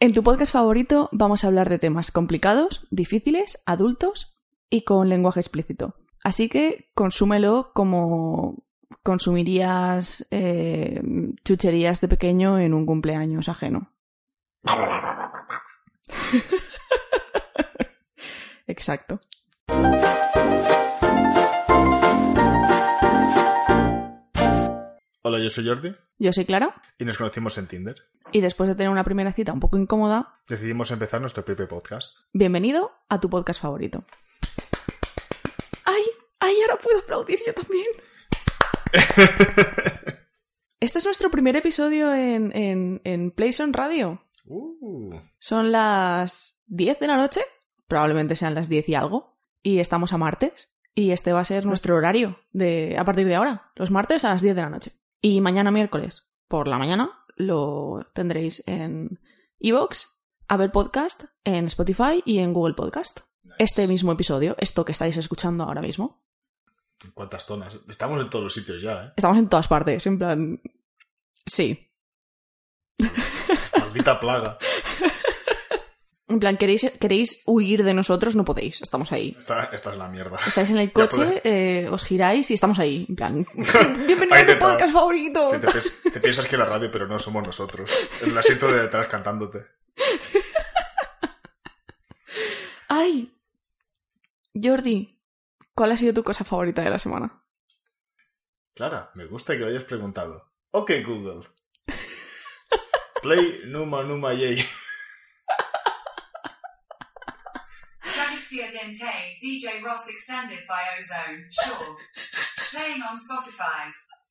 En tu podcast favorito vamos a hablar de temas complicados, difíciles, adultos y con lenguaje explícito. Así que consúmelo como consumirías chucherías de pequeño en un cumpleaños ajeno. Exacto. Hola, yo soy Jordi. Yo soy Clara. Y nos conocimos en Tinder. Y después de tener una primera cita un poco incómoda, decidimos empezar nuestro propio podcast. Bienvenido a tu podcast favorito. ¡Ay! Ahora puedo aplaudir yo también. Este es nuestro primer episodio en Playson Radio. Son las 10 de la noche. Probablemente sean las 10 y algo. Y estamos a martes. Y este va a ser nuestro horario a partir de ahora. Los martes a las 10 de la noche. Y mañana miércoles por la mañana lo tendréis en iVoox, Apple Podcast, en Spotify y en Google Podcast. Nice. Este mismo episodio, esto que estáis escuchando ahora mismo. ¿En cuántas zonas? Estamos en todos los sitios ya, ¿eh? Estamos en todas partes, en plan... Sí. Maldita plaga. En plan, ¿queréis huir de nosotros? No podéis, estamos ahí. Esta es la mierda. Estáis en el coche, os giráis y estamos ahí. En plan, bienvenido a tu podcast favorito. Sí, te piensas que es la radio, pero no somos nosotros. El asiento de detrás cantándote. Ay, Jordi, ¿cuál ha sido tu cosa favorita de la semana? Clara, me gusta que lo hayas preguntado. Ok, Google. Play Numa Numa Yay. Dente, DJ Ross extended by Ozone. Sure. Playing on Spotify.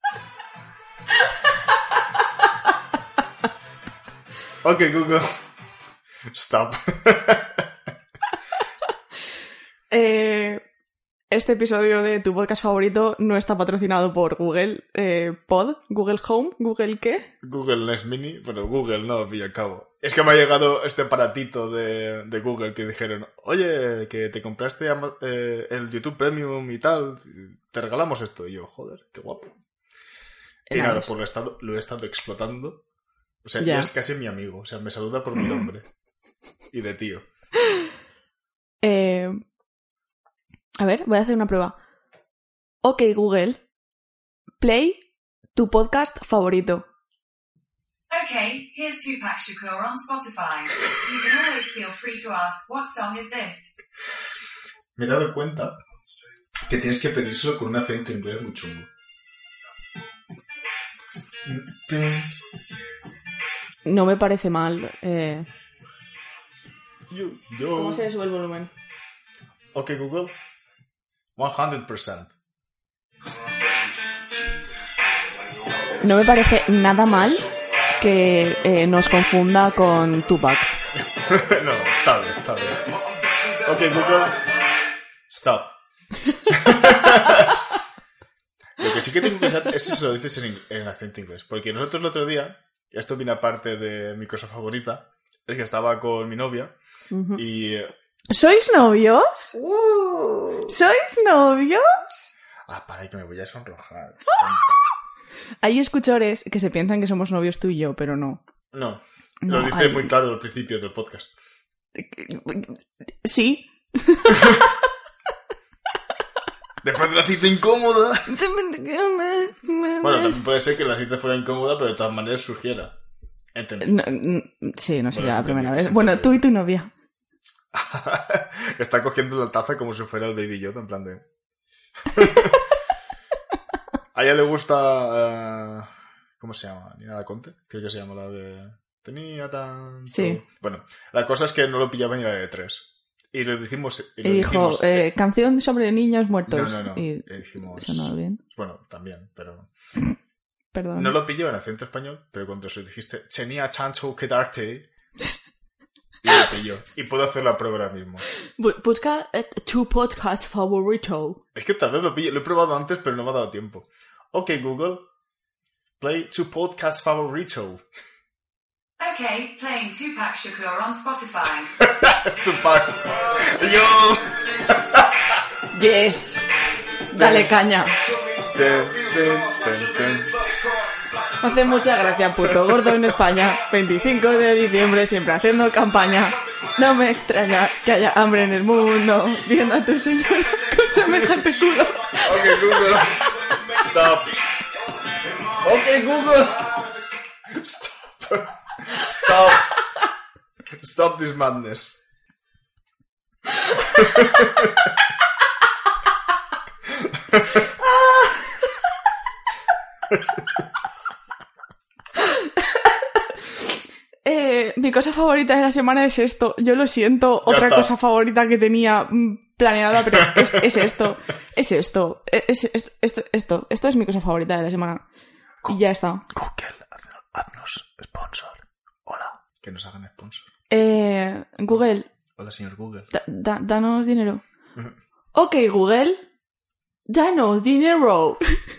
Ok, Google. Stop. Este episodio de tu podcast favorito no está patrocinado por Google Pod, Google Home, ¿Google qué? Google Nest Mini. Bueno, Google no, al fin y al cabo. Es que me ha llegado este aparatito de Google que dijeron, oye, que te compraste el YouTube Premium y tal, te regalamos esto. Y yo, joder, qué guapo. Y nada, pues lo he estado explotando. O sea, ya es casi mi amigo. O sea, me saluda por mi nombre. Y de tío. A ver, voy a hacer una prueba. Ok, Google. Play tu podcast favorito. Okay, here's Tupac Shakur on Spotify. You can always feel free to ask, what song is this? Me he dado cuenta que tienes que pedírselo con un acento inglés muy chungo. No me parece mal. Yo. ¿Cómo se sube el volumen? Ok, Google. 100%. No me parece nada mal que nos confunda con Tupac. No, está bien. Ok, Google. Stop. Lo que sí que tengo que pensar es si se lo dices en acento inglés. Porque nosotros el otro día, esto viene aparte de mi cosa favorita, es que estaba con mi novia y... ¿Sois novios? ¿Sois novios? Para que me voy a sonrojar. Hay escuchadores que se piensan que somos novios tú y yo, pero no. No, lo dice muy claro al principio del podcast. Sí. Después de la cita incómoda. Bueno, también puede ser que la cita fuera incómoda, pero de todas maneras surgiera. Sí, no sería la primera vez. Bueno, tú y tu novia. Está cogiendo la taza como si fuera el Baby Yoda, en plan de... A ella le gusta... ¿cómo se llama? Nina Conte, creo que se llama la de... Tenía tanto... Sí. Bueno, la cosa es que no lo pillaba ni la de 3. Y le dijimos... Y dijo, canción sobre niños muertos. No. Y dijimos... ¿sonó bien? Bueno, también, pero... Perdón. No lo pilló en acento español, pero cuando se dijiste... Tenía tanto que darte... Y lo pilló. Y puedo hacer la prueba ahora mismo. Busca tu podcast favorito. Es que tal vez lo pillo. Lo he probado antes, pero no me ha dado tiempo. Ok, Google. Play tu podcast favorito. Okay, playing Tupac Shakur on Spotify. Tupac. Yo. Yes. Dale caña. hace mucha gracia, puto gordo en España. 25 de diciembre, siempre haciendo campaña. No me extraña que haya hambre en el mundo. Viendo a tu señora con semejante culo. Ok, Google. Stop. Ok, Google. Stop. Stop. Stop this madness. Mi cosa favorita de la semana es esto. Yo lo siento. Otra cosa favorita que tenía planeada, pero es esto. Es esto. Esto es mi cosa favorita de la semana. Y ya está. Google, haznos sponsor. Hola. Que nos hagan sponsor. Google. Hola, señor Google. Danos dinero. Ok, Google. Danos dinero.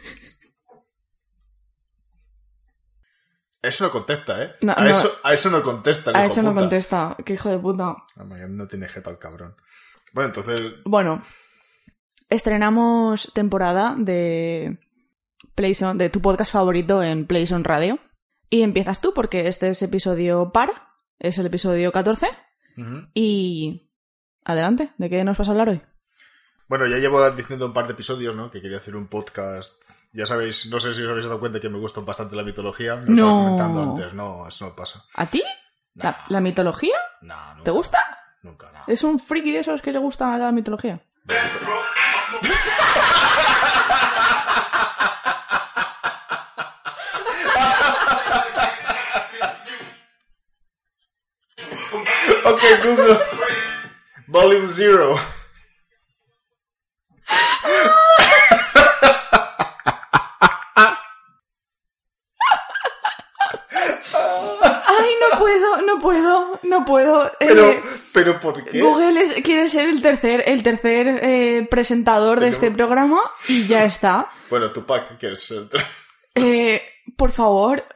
Eso no contesta, ¿eh? No, a eso no contesta. A eso no contesta. Qué hijo de puta. No tiene jeta el cabrón. Bueno, entonces... Bueno, estrenamos temporada de PlayZone, de tu podcast favorito en PlayZone Radio. Y empiezas tú, porque este es episodio par. Es el episodio 14. Uh-huh. Y... adelante, ¿de qué nos vas a hablar hoy? Bueno, ya llevo diciendo un par de episodios, ¿no? Que quería hacer un podcast... Ya sabéis, no sé si os habéis dado cuenta que me gusta bastante la mitología. Me lo estaba comentando antes. No, eso no pasa. ¿A ti? No. ¿La mitología? No, nunca. ¿Te gusta? Nunca, no. ¿Es un friki de esos que le gusta la mitología? Ok, Google. Volume 0. No puedo. Pero ¿por qué? Google quiere ser el tercer presentador de este programa y ya está. Bueno, Tupac quieres ser. Por favor.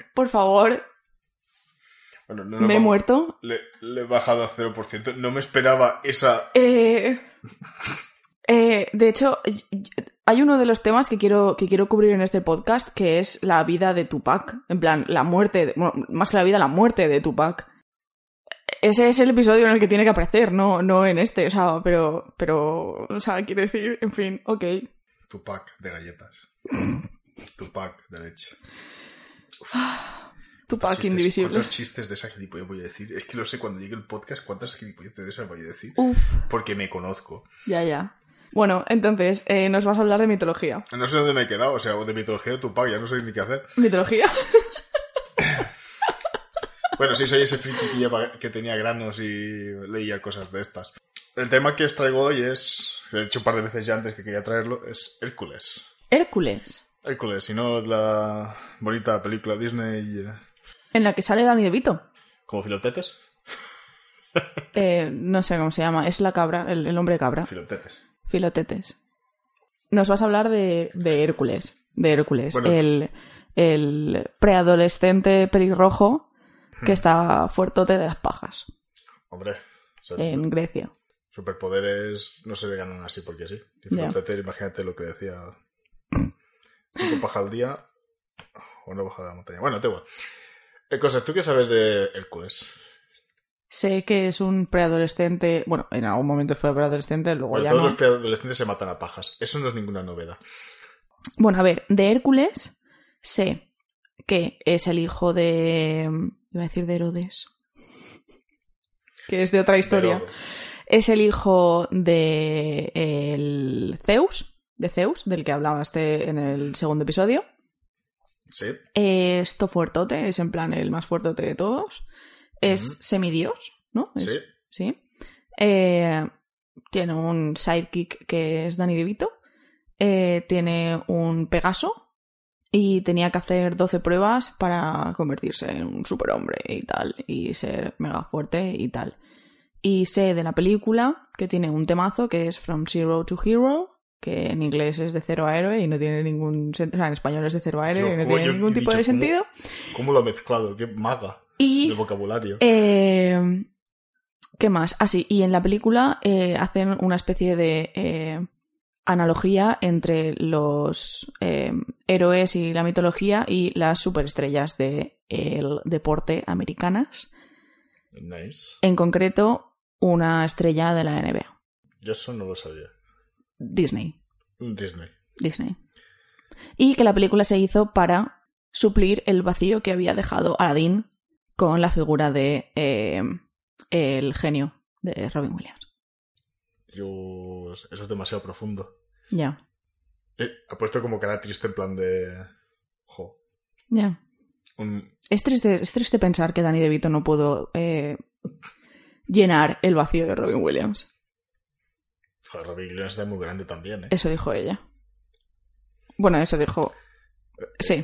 Bueno, me he muerto. Le he bajado a 0%. No me esperaba esa... De hecho, hay uno de los temas que quiero cubrir en este podcast, que es la vida de Tupac. En plan, la muerte... más que la vida, la muerte de Tupac. Ese es el episodio en el que tiene que aparecer, no en este, o sea, pero, o sea, quiero decir, en fin, ok. Tupac de galletas. Tupac de leche. Uf. Tupac indivisible. ¿Cuántos chistes de esa gilipollez voy a decir? Es que lo sé cuando llegue el podcast, ¿cuántas gilipolleces de esas voy a decir? Uf. Porque me conozco. Ya. Bueno, entonces, nos vas a hablar de mitología. No sé dónde me he quedado, o sea, de mitología de Tupac, ya no sé ni qué hacer. ¿Mitología? Bueno, sí, soy ese friki que tenía granos y leía cosas de estas. El tema que os traigo hoy es, lo he dicho un par de veces ya antes que quería traerlo, es Hércules. Hércules, y no la bonita película Disney... En la que sale Danny DeVito. ¿Como Filotetes? No sé cómo se llama, es la cabra, el hombre cabra. Filotetes. Nos vas a hablar de Hércules. Bueno, el preadolescente pelirrojo que está fuertote de las pajas. Hombre. O sea, en Grecia. Superpoderes no se le ganan así porque sí. Filotetes, imagínate lo que decía. 5 pajas al día o no baja de la montaña. Bueno, te voy. Cosas, ¿tú qué sabes de Hércules? Sé que es un preadolescente... Bueno, en algún momento fue preadolescente, luego pero ya todos no. Los preadolescentes se matan a pajas. Eso no es ninguna novedad. Bueno, a ver, de Hércules sé que es el hijo de... Iba a decir de Herodes. Que es de otra historia. Es el hijo de Zeus, del que hablaste en el segundo episodio. Sí. Esto fuertote, es en plan el más fuertote de todos. Es semidios, ¿no? Sí. Tiene un sidekick que es Danny DeVito. Tiene un Pegaso. Y tenía que hacer 12 pruebas para convertirse en un superhombre y tal. Y ser mega fuerte y tal. Y sé de la película que tiene un temazo que es From Zero to Hero. Que en inglés es de cero a héroe y no tiene ningún sentido. O sea, en español es de cero a héroe y no tiene ningún tipo de sentido. ¿Cómo lo he mezclado? ¡Qué maga! Y, de vocabulario. ¿Qué más? Ah, sí, y en la película hacen una especie de analogía entre los héroes y la mitología y las superestrellas del deporte americanas. Nice. En concreto, una estrella de la NBA. Yo eso no lo sabía. Disney. Disney. Y que la película se hizo para suplir el vacío que había dejado Aladdin con la figura de el genio de Robin Williams. Dios, eso es demasiado profundo. Ya. Ha puesto como cara triste en plan de... Jo. Ya. Es triste pensar que Danny DeVito no pudo llenar el vacío de Robin Williams. Joder, Robin Williams es muy grande también, ¿eh? Eso dijo ella. Bueno, eso dijo... Sí.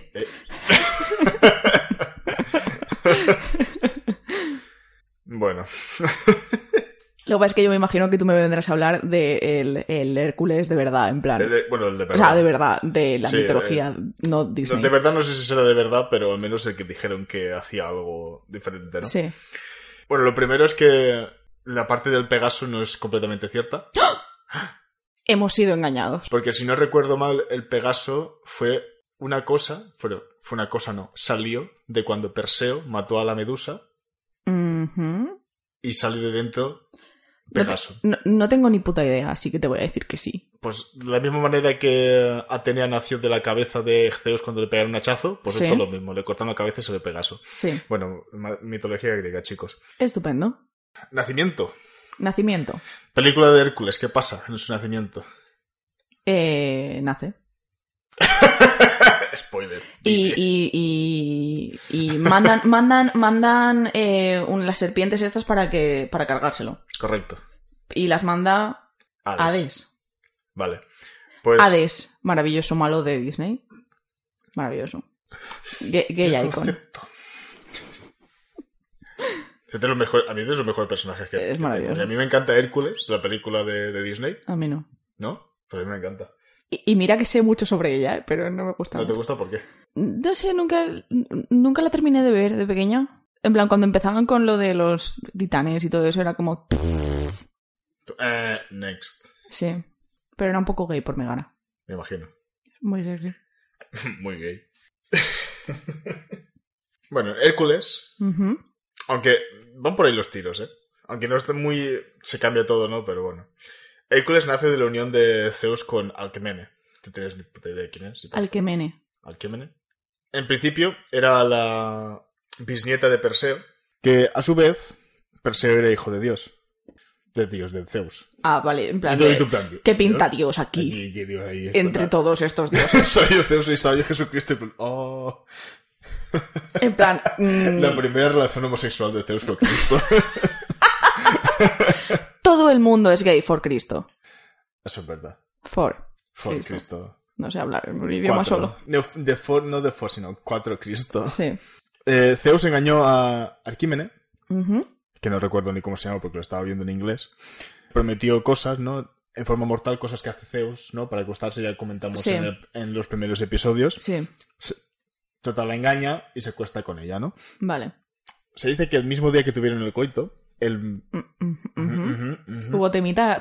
Bueno. Lo que pasa es que yo me imagino que tú me vendrás a hablar de el Hércules de verdad, en plan... el de verdad. O sea, de verdad, de la mitología, no Disney. De verdad no sé si será de verdad, pero al menos el que dijeron que hacía algo diferente, ¿no? Sí. Bueno, lo primero es que la parte del Pegaso no es completamente cierta. Hemos sido engañados. Porque si no recuerdo mal, el Pegaso fue una cosa... Fue una cosa, no. Salió de cuando Perseo mató a la Medusa y salió de dentro... Pegaso. No tengo ni puta idea, así que te voy a decir que sí. Pues de la misma manera que Atenea nació de la cabeza de Zeus cuando le pegaron un hachazo, pues Sí. esto es lo mismo, le cortaron la cabeza y se le Pegaso. Sí. Bueno, mitología griega, chicos. Estupendo. Nacimiento. Nacimiento. Película de Hércules, ¿qué pasa en su nacimiento? Nace. Spoiler. Y mandan las serpientes estas para cargárselo. Correcto. Y las manda Hades. Vale. Pues... Hades, maravilloso malo de Disney. Maravilloso. Gay icon. Concepto. Es de los mejores, a mí es de los mejores personajes que Es maravilloso. tengo. Y a mí me encanta Hércules, la película de Disney. A mí no. ¿No? Pero a mí me encanta. Y mira que sé mucho sobre ella, pero no me gusta ¿No te mucho. gusta? ¿Por qué? No sé, nunca la terminé de ver de pequeña. En plan, cuando empezaban con lo de los titanes y todo eso, era como... Next. Sí. Pero era un poco gay por mi gana. Me imagino. Muy sexy. Muy gay. Bueno, Hércules, Ujú. aunque van por ahí los tiros, ¿eh? Aunque no esté muy... Se cambia todo, ¿no? Pero bueno. Hércules nace de la unión de Zeus con Alcmene. ¿Tú tienes ni puta idea de quién es? Alquemene. Alcmene. En principio era la bisnieta de Perseo, que a su vez Perseo era hijo de Dios. De Zeus. Ah, vale, en plan... Y tu plan, ¿Qué pinta Dios aquí? Aquí, Dios ahí, Entre todos estos dioses. Sabio Zeus y sabio Jesucristo. Y oh. En plan... La primera relación homosexual de Zeus fue Cristo. Todo el mundo es gay for Cristo. Eso es verdad. For Cristo. No sé hablar en un idioma 4. solo. No de for, sino 4 Cristo. Sí. Zeus engañó a Alquímene, Ujú. que no recuerdo ni cómo se llama porque lo estaba viendo en inglés. Prometió cosas, ¿no? En forma mortal, cosas que hace Zeus, ¿no? Para acostarse, ya comentamos Sí. en los primeros episodios. Sí. Total, la engaña y se acuesta con ella, ¿no? Vale. Se dice que el mismo día que tuvieron el coito, Hubo temita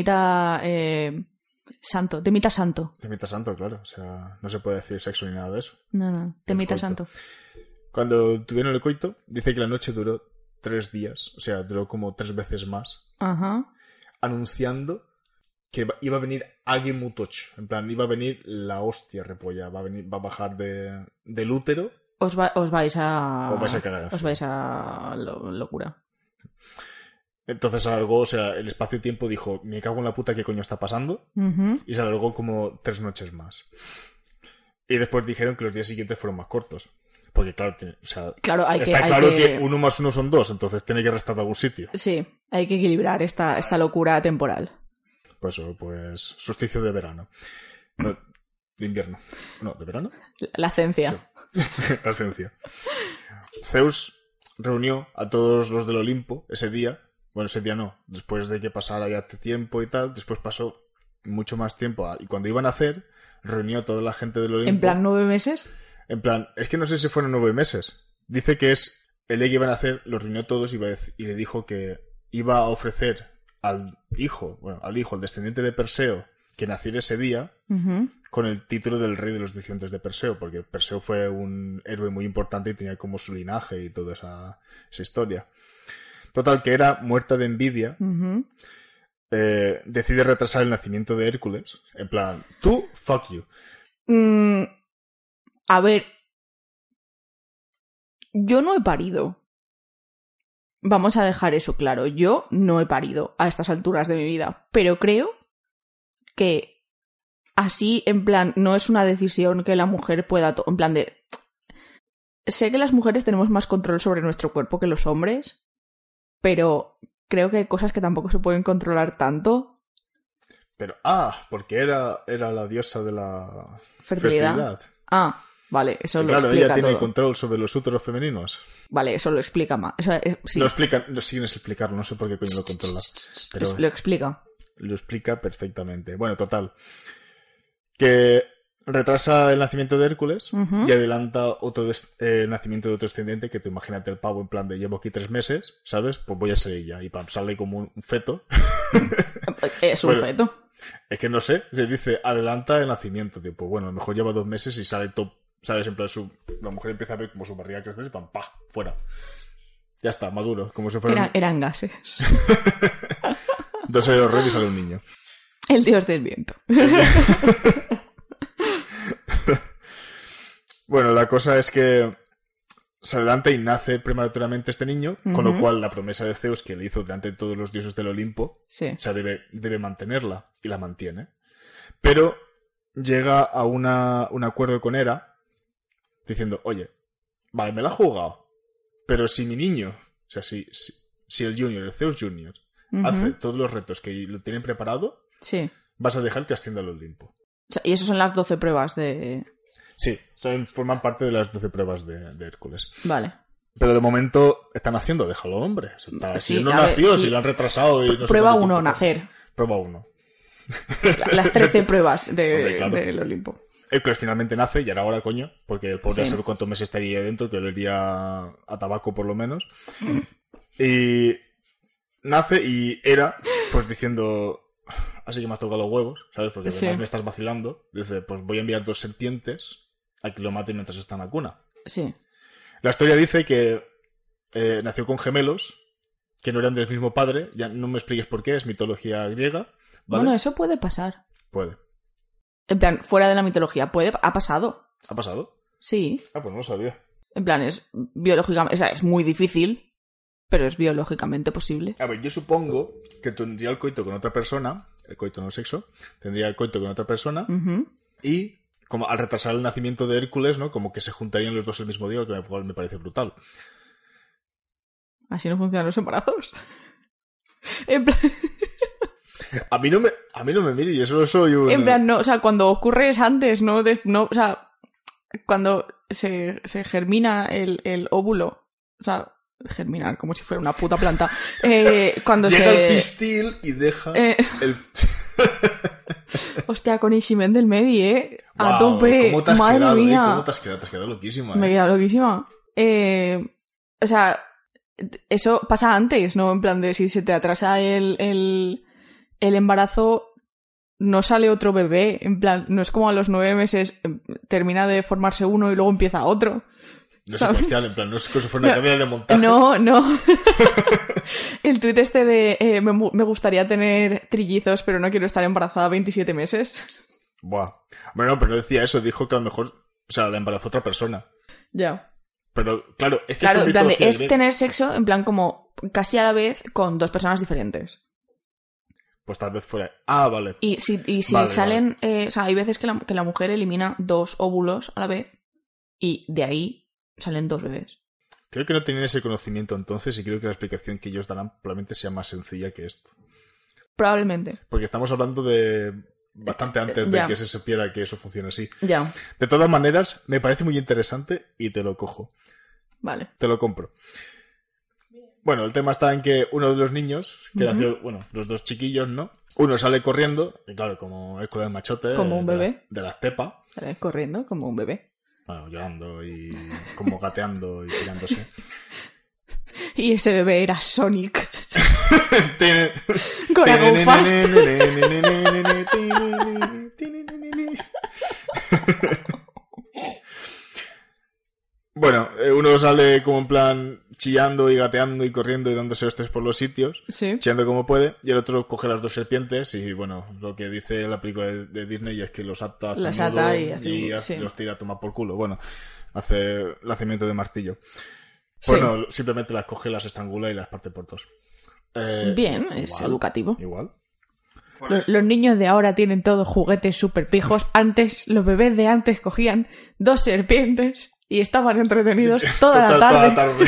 santo. Temita santo. Temita santo, claro. O sea, no se puede decir sexo ni nada de eso. No. Temita coito. santo. Cuando tuvieron el coito, dice que la noche duró 3 días. O sea, duró como 3 veces más. Ajá. Anunciando que iba a venir alguien muy tocho. En plan, iba a venir la hostia repolla. Va a bajar del útero. Os vais a... Os vais a cagar. Os vais a locura. Entonces alargó, o sea, el espacio-tiempo dijo, me cago en la puta, ¿qué coño está pasando? Ujú. Y se alargó como 3 noches más. Y después dijeron que los días siguientes fueron más cortos. Porque claro, o sea, Claro, está claro que 1 más 1 son 2, entonces tiene que restar de algún sitio. Sí, hay que equilibrar esta locura temporal. Pues eso, pues solsticio de verano. No, de invierno. No, ¿de verano? La ciencia. Sí. La ciencia. Zeus reunió a todos los del Olimpo ese día. Bueno, ese día no. Después de que pasara ya tiempo y tal, después pasó mucho más tiempo. Y cuando iban a hacer, reunió a toda la gente del Olimpo. ¿En plan 9 meses? En plan, es que no sé si fueron 9 meses. Dice que es el día que iban a hacer, los reunió a todos y le dijo que iba a ofrecer al hijo, el descendiente de Perseo, que naciera ese día Ujú. con el título del rey de los descendientes de Perseo, porque Perseo fue un héroe muy importante y tenía como su linaje y toda esa historia. Total, que era muerta de envidia, Ujú. decide retrasar el nacimiento de Hércules. En plan, tú, fuck you. A ver, yo no he parido. Vamos a dejar eso claro. Yo no he parido a estas alturas de mi vida, pero creo que así, en plan, no es una decisión que la mujer pueda en plan de... Sé que las mujeres tenemos más control sobre nuestro cuerpo que los hombres, pero creo que hay cosas que tampoco se pueden controlar tanto. Pero, porque era la diosa de la Fertilidad. Vale, eso lo claro, explica ella tiene todo. control sobre los úteros femeninos. Vale, eso lo explica más. Sí. Lo explica, lo siguen sin explicarlo, no sé por qué coño lo controla. Pero Lo explica. lo explica perfectamente. Bueno, total. Que retrasa el nacimiento de Hércules Ujú. y adelanta otro nacimiento de otro descendiente, que tú imagínate el pavo en plan de llevo aquí 3 meses, ¿sabes? Pues voy a ser ella. Y pam, sale como un feto. Es un Bueno, feto. Es que no sé, se dice adelanta el nacimiento. Tipo, bueno, a lo mejor lleva 2 meses y sale top, ¿sabes? En plan, la mujer empieza a ver como su barriga crecer y pam, pa, fuera. Ya está, maduro. Como si fueran Eran gases. 2 años rey y sale un niño. El dios del viento. Bueno, la cosa es que se adelanta y nace prematuramente este niño, con lo Ujú. cual la promesa de Zeus que le hizo delante de todos los dioses del Olimpo, Sí. o sea, debe mantenerla, y la mantiene. Pero llega a un acuerdo con Hera, diciendo, oye, vale, me la he jugado, pero si mi niño, o sea, si el Junior, el Zeus Junior, Ujú. hace todos los retos que lo tienen preparado, Sí. vas a dejar que ascienda al Olimpo. O sea, y eso son las 12 pruebas de... Sí, forman parte de las 12 pruebas de Hércules. Vale. Pero de momento están haciendo, déjalo, hombre. Si Sí, no a ver, nació, sí. si lo han retrasado y no sé Prueba cuánto 1, tiempo. nacer. Prueba 1. Las 13 pruebas Hombre, claro. del Olimpo. Hércules finalmente nace y ahora coño, porque podría Sí. saber cuántos meses estaría ahí dentro, que le iría a tabaco por lo menos. Y nace y Hera, pues diciendo, así que me has tocado los huevos, ¿sabes? Porque además Sí. me estás vacilando. Dice, pues voy a enviar 2 serpientes a que lo maten mientras está en la cuna. Sí. La historia dice que nació con gemelos que no eran del mismo padre. Ya no me expliques por qué, es mitología griega. ¿Vale? Bueno, eso puede pasar. Puede. En plan, fuera de la mitología. Ha pasado. ¿Ha pasado? Sí. Pues no lo sabía. En plan, es biológicamente... O sea, es muy difícil, pero es biológicamente posible. A ver, yo supongo que tendría el coito con otra persona, el coito no el sexo, tendría el coito con otra persona Ujú. y como al retrasar el nacimiento de Hércules, ¿no? Como que se juntarían los dos el mismo día, lo que me parece brutal. Así no funcionan los embarazos. En plan... A mí no me mire, yo solo soy un... En plan, no, o sea, cuando ocurre es antes, no, o sea, cuando se germina el óvulo, o sea, germinar como si fuera una puta planta. Cuando Llega se... el pistil y deja el... Hostia, con Ishimen del Medi, a Guau, tope. ¿cómo te has Madre quedado, mía. ¿Cómo te has quedado? Te has quedado loquísima. Me he quedado loquísima. O sea, eso pasa antes, ¿no? En plan de si se te atrasa el embarazo, no sale otro bebé. En plan, no es como a los 9 meses termina de formarse uno y luego empieza otro. No es ¿sabes? secuencial, en plan, no es como si fuera una cadena de montaje. No. El tuit este de me gustaría tener trillizos, pero no quiero estar embarazada 27 meses. Buah. Bueno, pero no decía eso, dijo que a lo mejor, o sea, la embarazó otra persona. Ya. Pero, claro, es que Claro, esto en plan de, mitología es griega. tener sexo, en plan como casi a la vez con 2 personas diferentes. Pues tal vez fuera... Ah, vale. Y si Vale, salen... o sea, hay veces que la mujer elimina 2 óvulos a la vez y de ahí salen 2 bebés. Creo que no tenían ese conocimiento entonces y creo que la explicación que ellos darán probablemente sea más sencilla que esto. Probablemente. Porque estamos hablando de bastante antes de Ya. que se supiera que eso funciona así. Ya, De todas maneras, me parece muy interesante y te lo cojo. vale. Te lo compro. Bueno, el tema está en que uno de los niños, que nació, bueno, los 2 chiquillos, ¿no? Uno sale corriendo, y claro, como es con el machote. Como un bebé. De la estepa. Sale corriendo como un bebé. Bueno, llorando y como gateando y tirándose. Y ese bebé era Sonic. Gonna go fast. Bueno, uno sale como en plan chillando y gateando y corriendo y dándose hostias por los sitios, Sí. chillando como puede, y el otro coge las dos serpientes y, bueno, lo que dice la película de Disney es que los ata hasta Las el nudo ata y hace sí. los tira a tomar por culo. Bueno, hace lanzamiento de martillo. Sí. Bueno, simplemente las coge, las estrangula y las parte por dos. Bien, es educativo. Igual. Los niños de ahora tienen todos juguetes súper pijos. Antes, los bebés de antes cogían 2 serpientes y estaban entretenidos toda la tarde.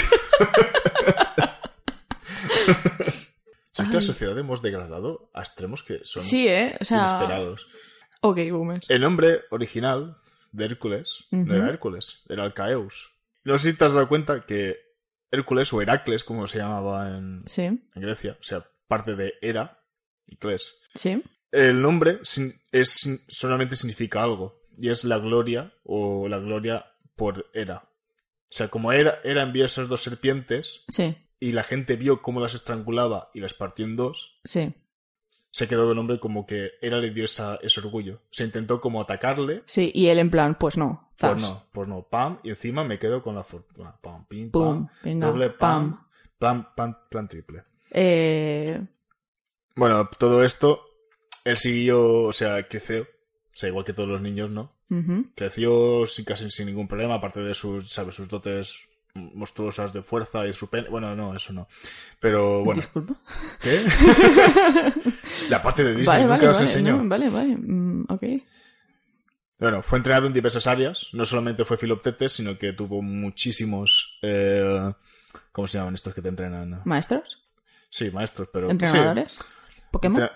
¿Sabes que la sociedad hemos degradado a extremos que son Sí, o sea... inesperados? Ok, boomers. El nombre original de Hércules no era Hércules, era Alcaeus. No sé si te has dado cuenta que Hércules, o Heracles, como se llamaba en Grecia, o sea, parte de Hera y Cles. Sí. El nombre solamente significa algo, y es la gloria o la gloria por Hera. O sea, como Hera envió esas 2 serpientes y la gente vio cómo las estrangulaba y las partió en 2, se quedó el nombre como que Hera le dio ese orgullo. Se intentó como atacarle. Sí, y él en plan, pues no. Pues no, pam, y encima me quedo con la fortuna. Pam, pim, pum, pam, venga, doble pam, plan triple. Eh... Bueno, todo esto, él siguió, o sea, creció, o sea, igual que todos los niños, ¿no? Creció casi sin ningún problema, aparte de sus dotes monstruosas de fuerza y su pene. Bueno, no, eso no. Pero bueno. Disculpa. ¿Qué? La parte de Disney nunca nos enseñó. No, vale. Ok. Bueno, fue entrenado en diversas áreas. No solamente fue filoptetes, sino que tuvo muchísimos... ¿Cómo se llaman estos que te entrenan? ¿Maestros? Sí, maestros, pero... ¿Entrenadores? Sí. ¿Pokémon?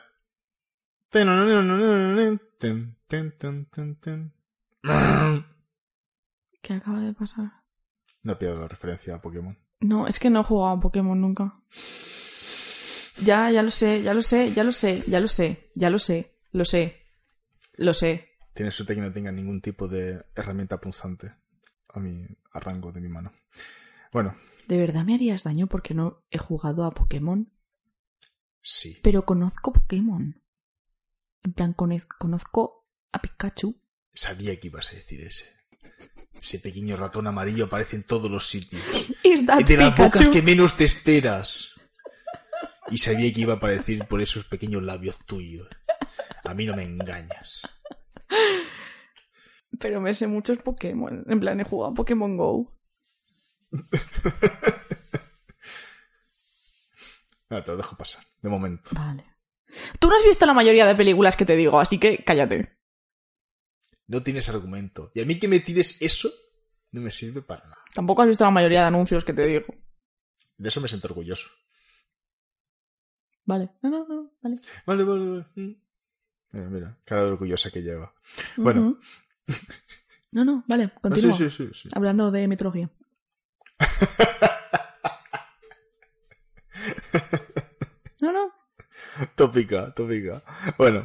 ¿Qué acaba de pasar? No pierdo la referencia a Pokémon. No, es que no he jugado a Pokémon nunca. Ya lo sé. Lo sé. Tiene suerte que no tenga ningún tipo de herramienta punzante a rango de mi mano. Bueno. ¿De verdad me harías daño porque no he jugado a Pokémon? Sí. Pero conozco Pokémon. En plan, conozco a Pikachu. Sabía que ibas a decir ese. Ese pequeño ratón amarillo aparece en todos los sitios. ¿Es de las bocas que menos te esperas. Y sabía que iba a aparecer por esos pequeños labios tuyos. A mí no me engañas. Pero me sé muchos Pokémon. En plan, he jugado a Pokémon Go. No, te lo dejo pasar, de momento. Vale. Tú no has visto la mayoría de películas que te digo, así que cállate. No tienes argumento. Y a mí que me tires eso no me sirve para nada. Tampoco has visto la mayoría de anuncios que te digo. De eso me siento orgulloso. Vale. No, vale. Vale. Mira, cara de orgullosa que lleva. Bueno. No, vale, continúa. Sí. Hablando de mitología. No. Tópica. Bueno.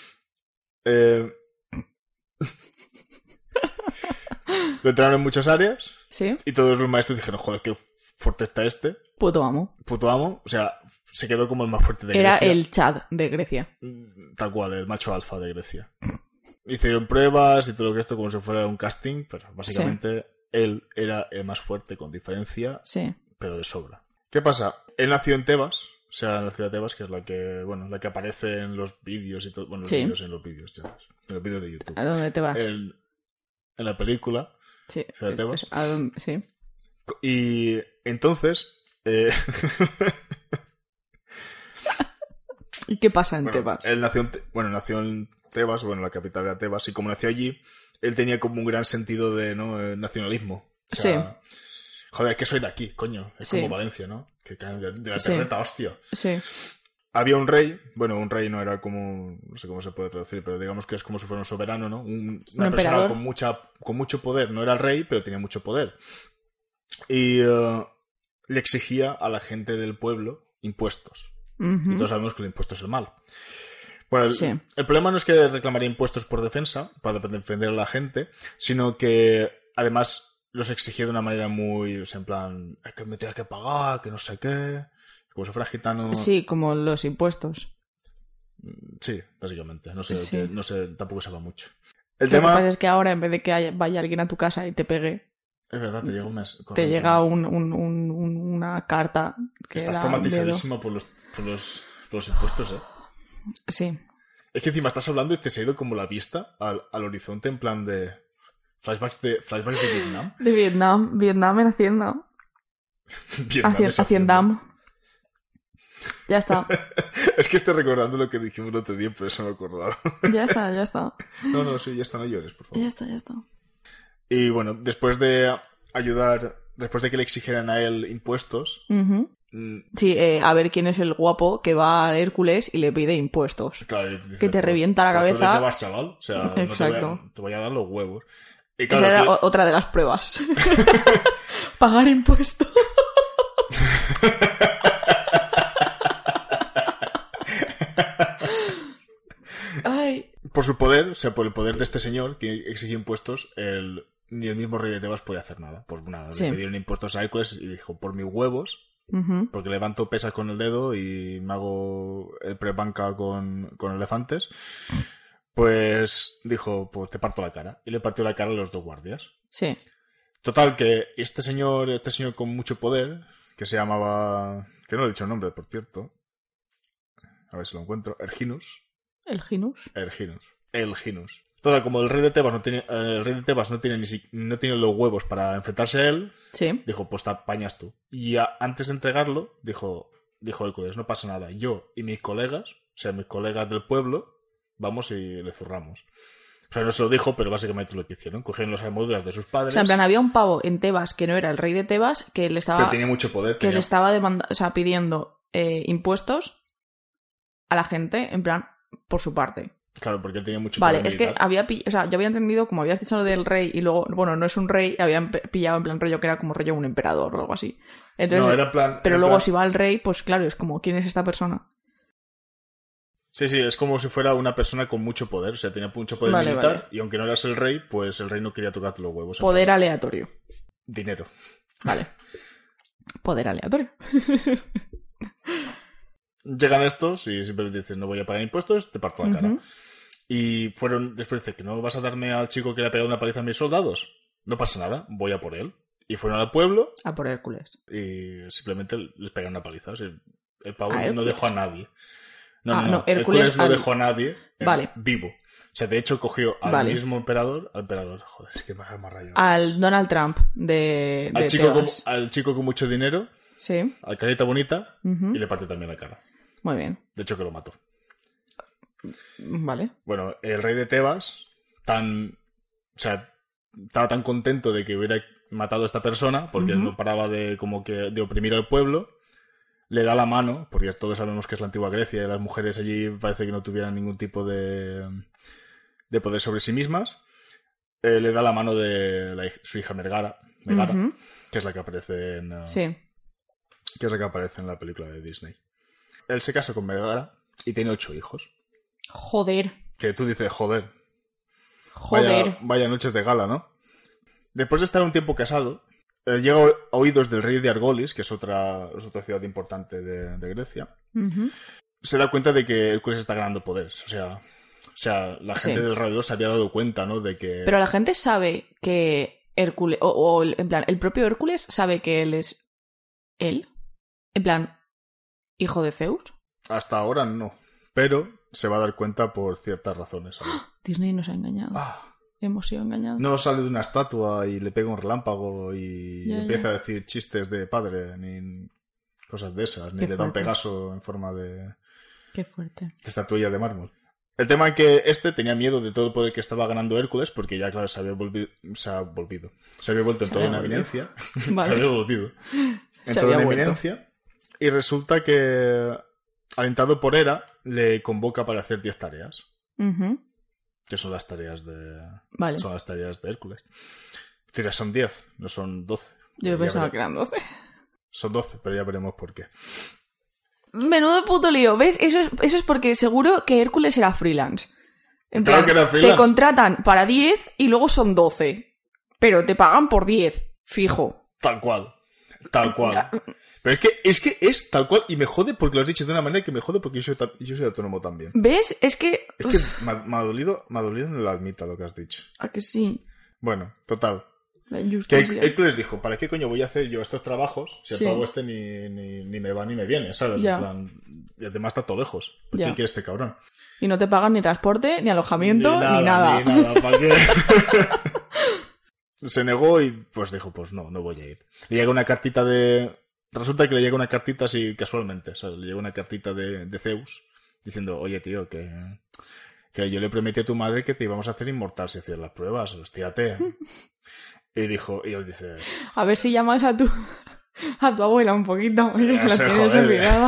Lo entrenaron en muchas áreas. Sí. Y todos los maestros dijeron, joder, qué fuerte está este. Puto amo. O sea, se quedó como el más fuerte de Grecia. Era el Chad de Grecia. Tal cual, el macho alfa de Grecia. Hicieron pruebas y todo lo que esto como si fuera un casting, pero básicamente él era el más fuerte con diferencia, pero de sobra. ¿Qué pasa? Él nació en Tebas, o sea, en la ciudad de Tebas, que es la que aparece en los vídeos y todo. Bueno, en los vídeos de YouTube. ¿A dónde te vas? En la película. Sí. Ciudad de Tebas. Sí. Y entonces... ¿Y qué pasa en Tebas? Él nació en Tebas, la capital era Tebas, y como nació allí, él tenía como un gran sentido de nacionalismo. O sea, joder, es que soy de aquí, coño. Es como Valencia, ¿no? Que caen de la terreta, hostia. Sí. Había un rey, un rey no era como, no sé cómo se puede traducir, pero digamos que es como si fuera un soberano, ¿no? Una persona con mucho poder. No era el rey, pero tenía mucho poder. Y le exigía a la gente del pueblo impuestos. Y todos sabemos que el impuesto es el mal. Bueno, el problema no es que reclamaría impuestos por defensa, para defender a la gente, sino que además los exigía de una manera muy, en plan, es que me tienes que pagar, que no sé qué. Como si fuera gitano... Sí, como los impuestos. Sí, básicamente. No sé, Sí. no sé, tampoco se va mucho. El Lo que tema... pasa es que ahora, en vez de que vaya alguien a tu casa y te pegue, Es verdad, te llega un mes. te llega una carta que Estás da traumatizadísima por los impuestos, ¿eh? miedo. Sí. Es que encima estás hablando y te se ha ido como la vista al horizonte en plan de... Flashbacks de Vietnam. De Vietnam en Hacienda. Haciendam. Ya está. Es que estoy recordando lo que dijimos el otro día, pero eso me he acordado. Ya está. No, sí, ya está, no llores, por favor. Ya está. Y bueno, después de ayudar, después de que le exigieran a él impuestos... Ujú. Sí, a ver quién es el guapo que va a Hércules y le pide impuestos. Claro, y dice, Que te revienta la cabeza. ¿Tú de qué vas, chaval? O sea, Exacto. no te voy a dar los huevos. Y Esa claro, era que... otra de las pruebas. Pagar impuestos. Ay. Por su poder, o sea, por el poder de este señor que exige impuestos, ni el mismo rey de Tebas podía hacer nada. Por nada, Sí. le pidieron impuestos a Hércules y dijo, por mis huevos, Ujú. porque levanto pesas con el dedo y me hago el pre-banca con elefantes, pues dijo, pues te parto la cara. Y le partió la cara a los 2 guardias. Sí. Total, que este señor con mucho poder, que se llamaba... que no le he dicho el nombre, por cierto. A ver si lo encuentro. Erginus. El Ginus. Total, como el rey de Tebas no tiene los huevos para enfrentarse a él, Sí. dijo, pues te apañas tú. Y antes de entregarlo, dijo Hércules, no pasa nada. Yo y mis colegas, o sea, mis colegas del pueblo, vamos y le zurramos. O sea, no se lo dijo, pero básicamente lo que hicieron. Cogieron las armaduras de sus O padres. sea, en plan, había un pavo en Tebas que no era el rey de Tebas que le estaba... Pero tenía mucho poder. Que le estaba pidiendo impuestos a la gente, en plan, por su parte. Claro, porque él tenía mucho Vale, poder es que militar. yo había entendido, como habías dicho lo del rey, y luego, bueno, no es un rey, habían pillado en plan rollo que era como rollo un emperador o algo así. Entonces, No, era en plan... pero era luego plan- si va el rey, pues claro, es como, ¿quién es esta persona? Sí, es como si fuera una persona con mucho poder. O sea, tenía mucho poder Vale, militar. vale. Y aunque no eras el rey, pues el rey no quería tocarte los huevos. en Poder plan, aleatorio. dinero. Vale. Poder aleatorio. Llegan estos y simplemente dicen, no voy a pagar impuestos, te parto la cara. Ujú. Y después dice, ¿que no vas a darme al chico que le ha pegado una paliza a mis soldados? No pasa nada, voy a por él. Y fueron al pueblo A por Hércules. y simplemente les pegan una paliza. O sea, el pavo ¿A no Hércules? dejó a nadie. No, Hércules no al- dejó a nadie Vale. vivo. O sea, de hecho cogió al Vale. mismo emperador, joder, es que me ha rayado. Al Donald Trump de Tebas. Al chico con mucho dinero, Sí. al carita bonita, Ujú. y le partió también la cara. Muy bien. De hecho, que lo mató. Vale. Bueno, el rey de Tebas, estaba tan contento de que hubiera matado a esta persona, porque Ujú. no paraba de oprimir al pueblo, le da la mano, porque todos sabemos que es la antigua Grecia y las mujeres allí parece que no tuvieran ningún tipo de poder sobre sí mismas, le da la mano de su hija Megara, Ujú. que es la que aparece Sí. que es la que aparece en la película de Disney. Él se casa con Megara y tiene 8 hijos. Joder. Que tú dices, joder. Joder. Vaya noches de gala, ¿no? Después de estar un tiempo casado, llega a oídos del rey de Argolis, que es otra ciudad importante de Grecia. Ujú. Se da cuenta de que Hércules está ganando poderes. O sea, la gente Sí. del alrededor se había dado cuenta, ¿no? De que... Pero la gente sabe que Hércules, en plan, el propio Hércules sabe que él es él. En plan, hijo de Zeus. Hasta ahora no. Pero se va a dar cuenta por ciertas razones. ¿Sabes? Disney nos ha engañado. Ah, Hemos sido engañados. no sale de una estatua y le pega un relámpago y Ya, empieza ya. a decir chistes de padre, ni cosas de esas, ni Qué le da un fuerte. Pegaso en forma de Qué fuerte. estatuilla de mármol. El tema es que tenía miedo de todo el poder que estaba ganando Hércules, porque ya, claro, se había vuelto en toda una eminencia. Vale. Se había volvido. En Se toda había una vuelto. eminencia. Y resulta que, alentado por Hera, le convoca para hacer 10 tareas. Ujú. Que son las tareas de... Vale. Son las tareas de Hércules. Tareas son 10, no son 12. Yo Ya pensaba vere- que eran 12. Son 12, pero ya veremos por qué. Menudo puto lío, ¿ves? Eso es porque seguro que Hércules era freelance. En Claro plan, que era freelance. te contratan para 10 y luego son 12. Pero te pagan por 10, fijo. Tal cual. Tal cual. Pero es que es tal cual y me jode porque lo has dicho de una manera que me jode porque yo soy autónomo también. ¿Ves? Es que me ha dolido en el almita lo que has dicho. ¿A que sí? Bueno, total. La Que injusticia. Hércules dijo, ¿para qué coño voy a hacer yo estos trabajos si el Sí. pago este ni me va ni me viene, ¿sabes? Ya. En plan, y además está todo lejos. ¿Por qué Ya. quiere este cabrón? Y no te pagan ni transporte, ni alojamiento, ni nada. Ni nada, ¿para qué? Se negó y pues dijo, pues no voy a ir. Le llega una cartita de... Resulta que le llega una cartita así casualmente, ¿sabes? Le llega una cartita de Zeus diciendo, oye tío, que yo le prometí a tu madre que te íbamos a hacer inmortal si hacías las pruebas, hostíate. Y él dice... A ver si llamas a tu abuela un poquito, porque la se tienes joder. olvidada.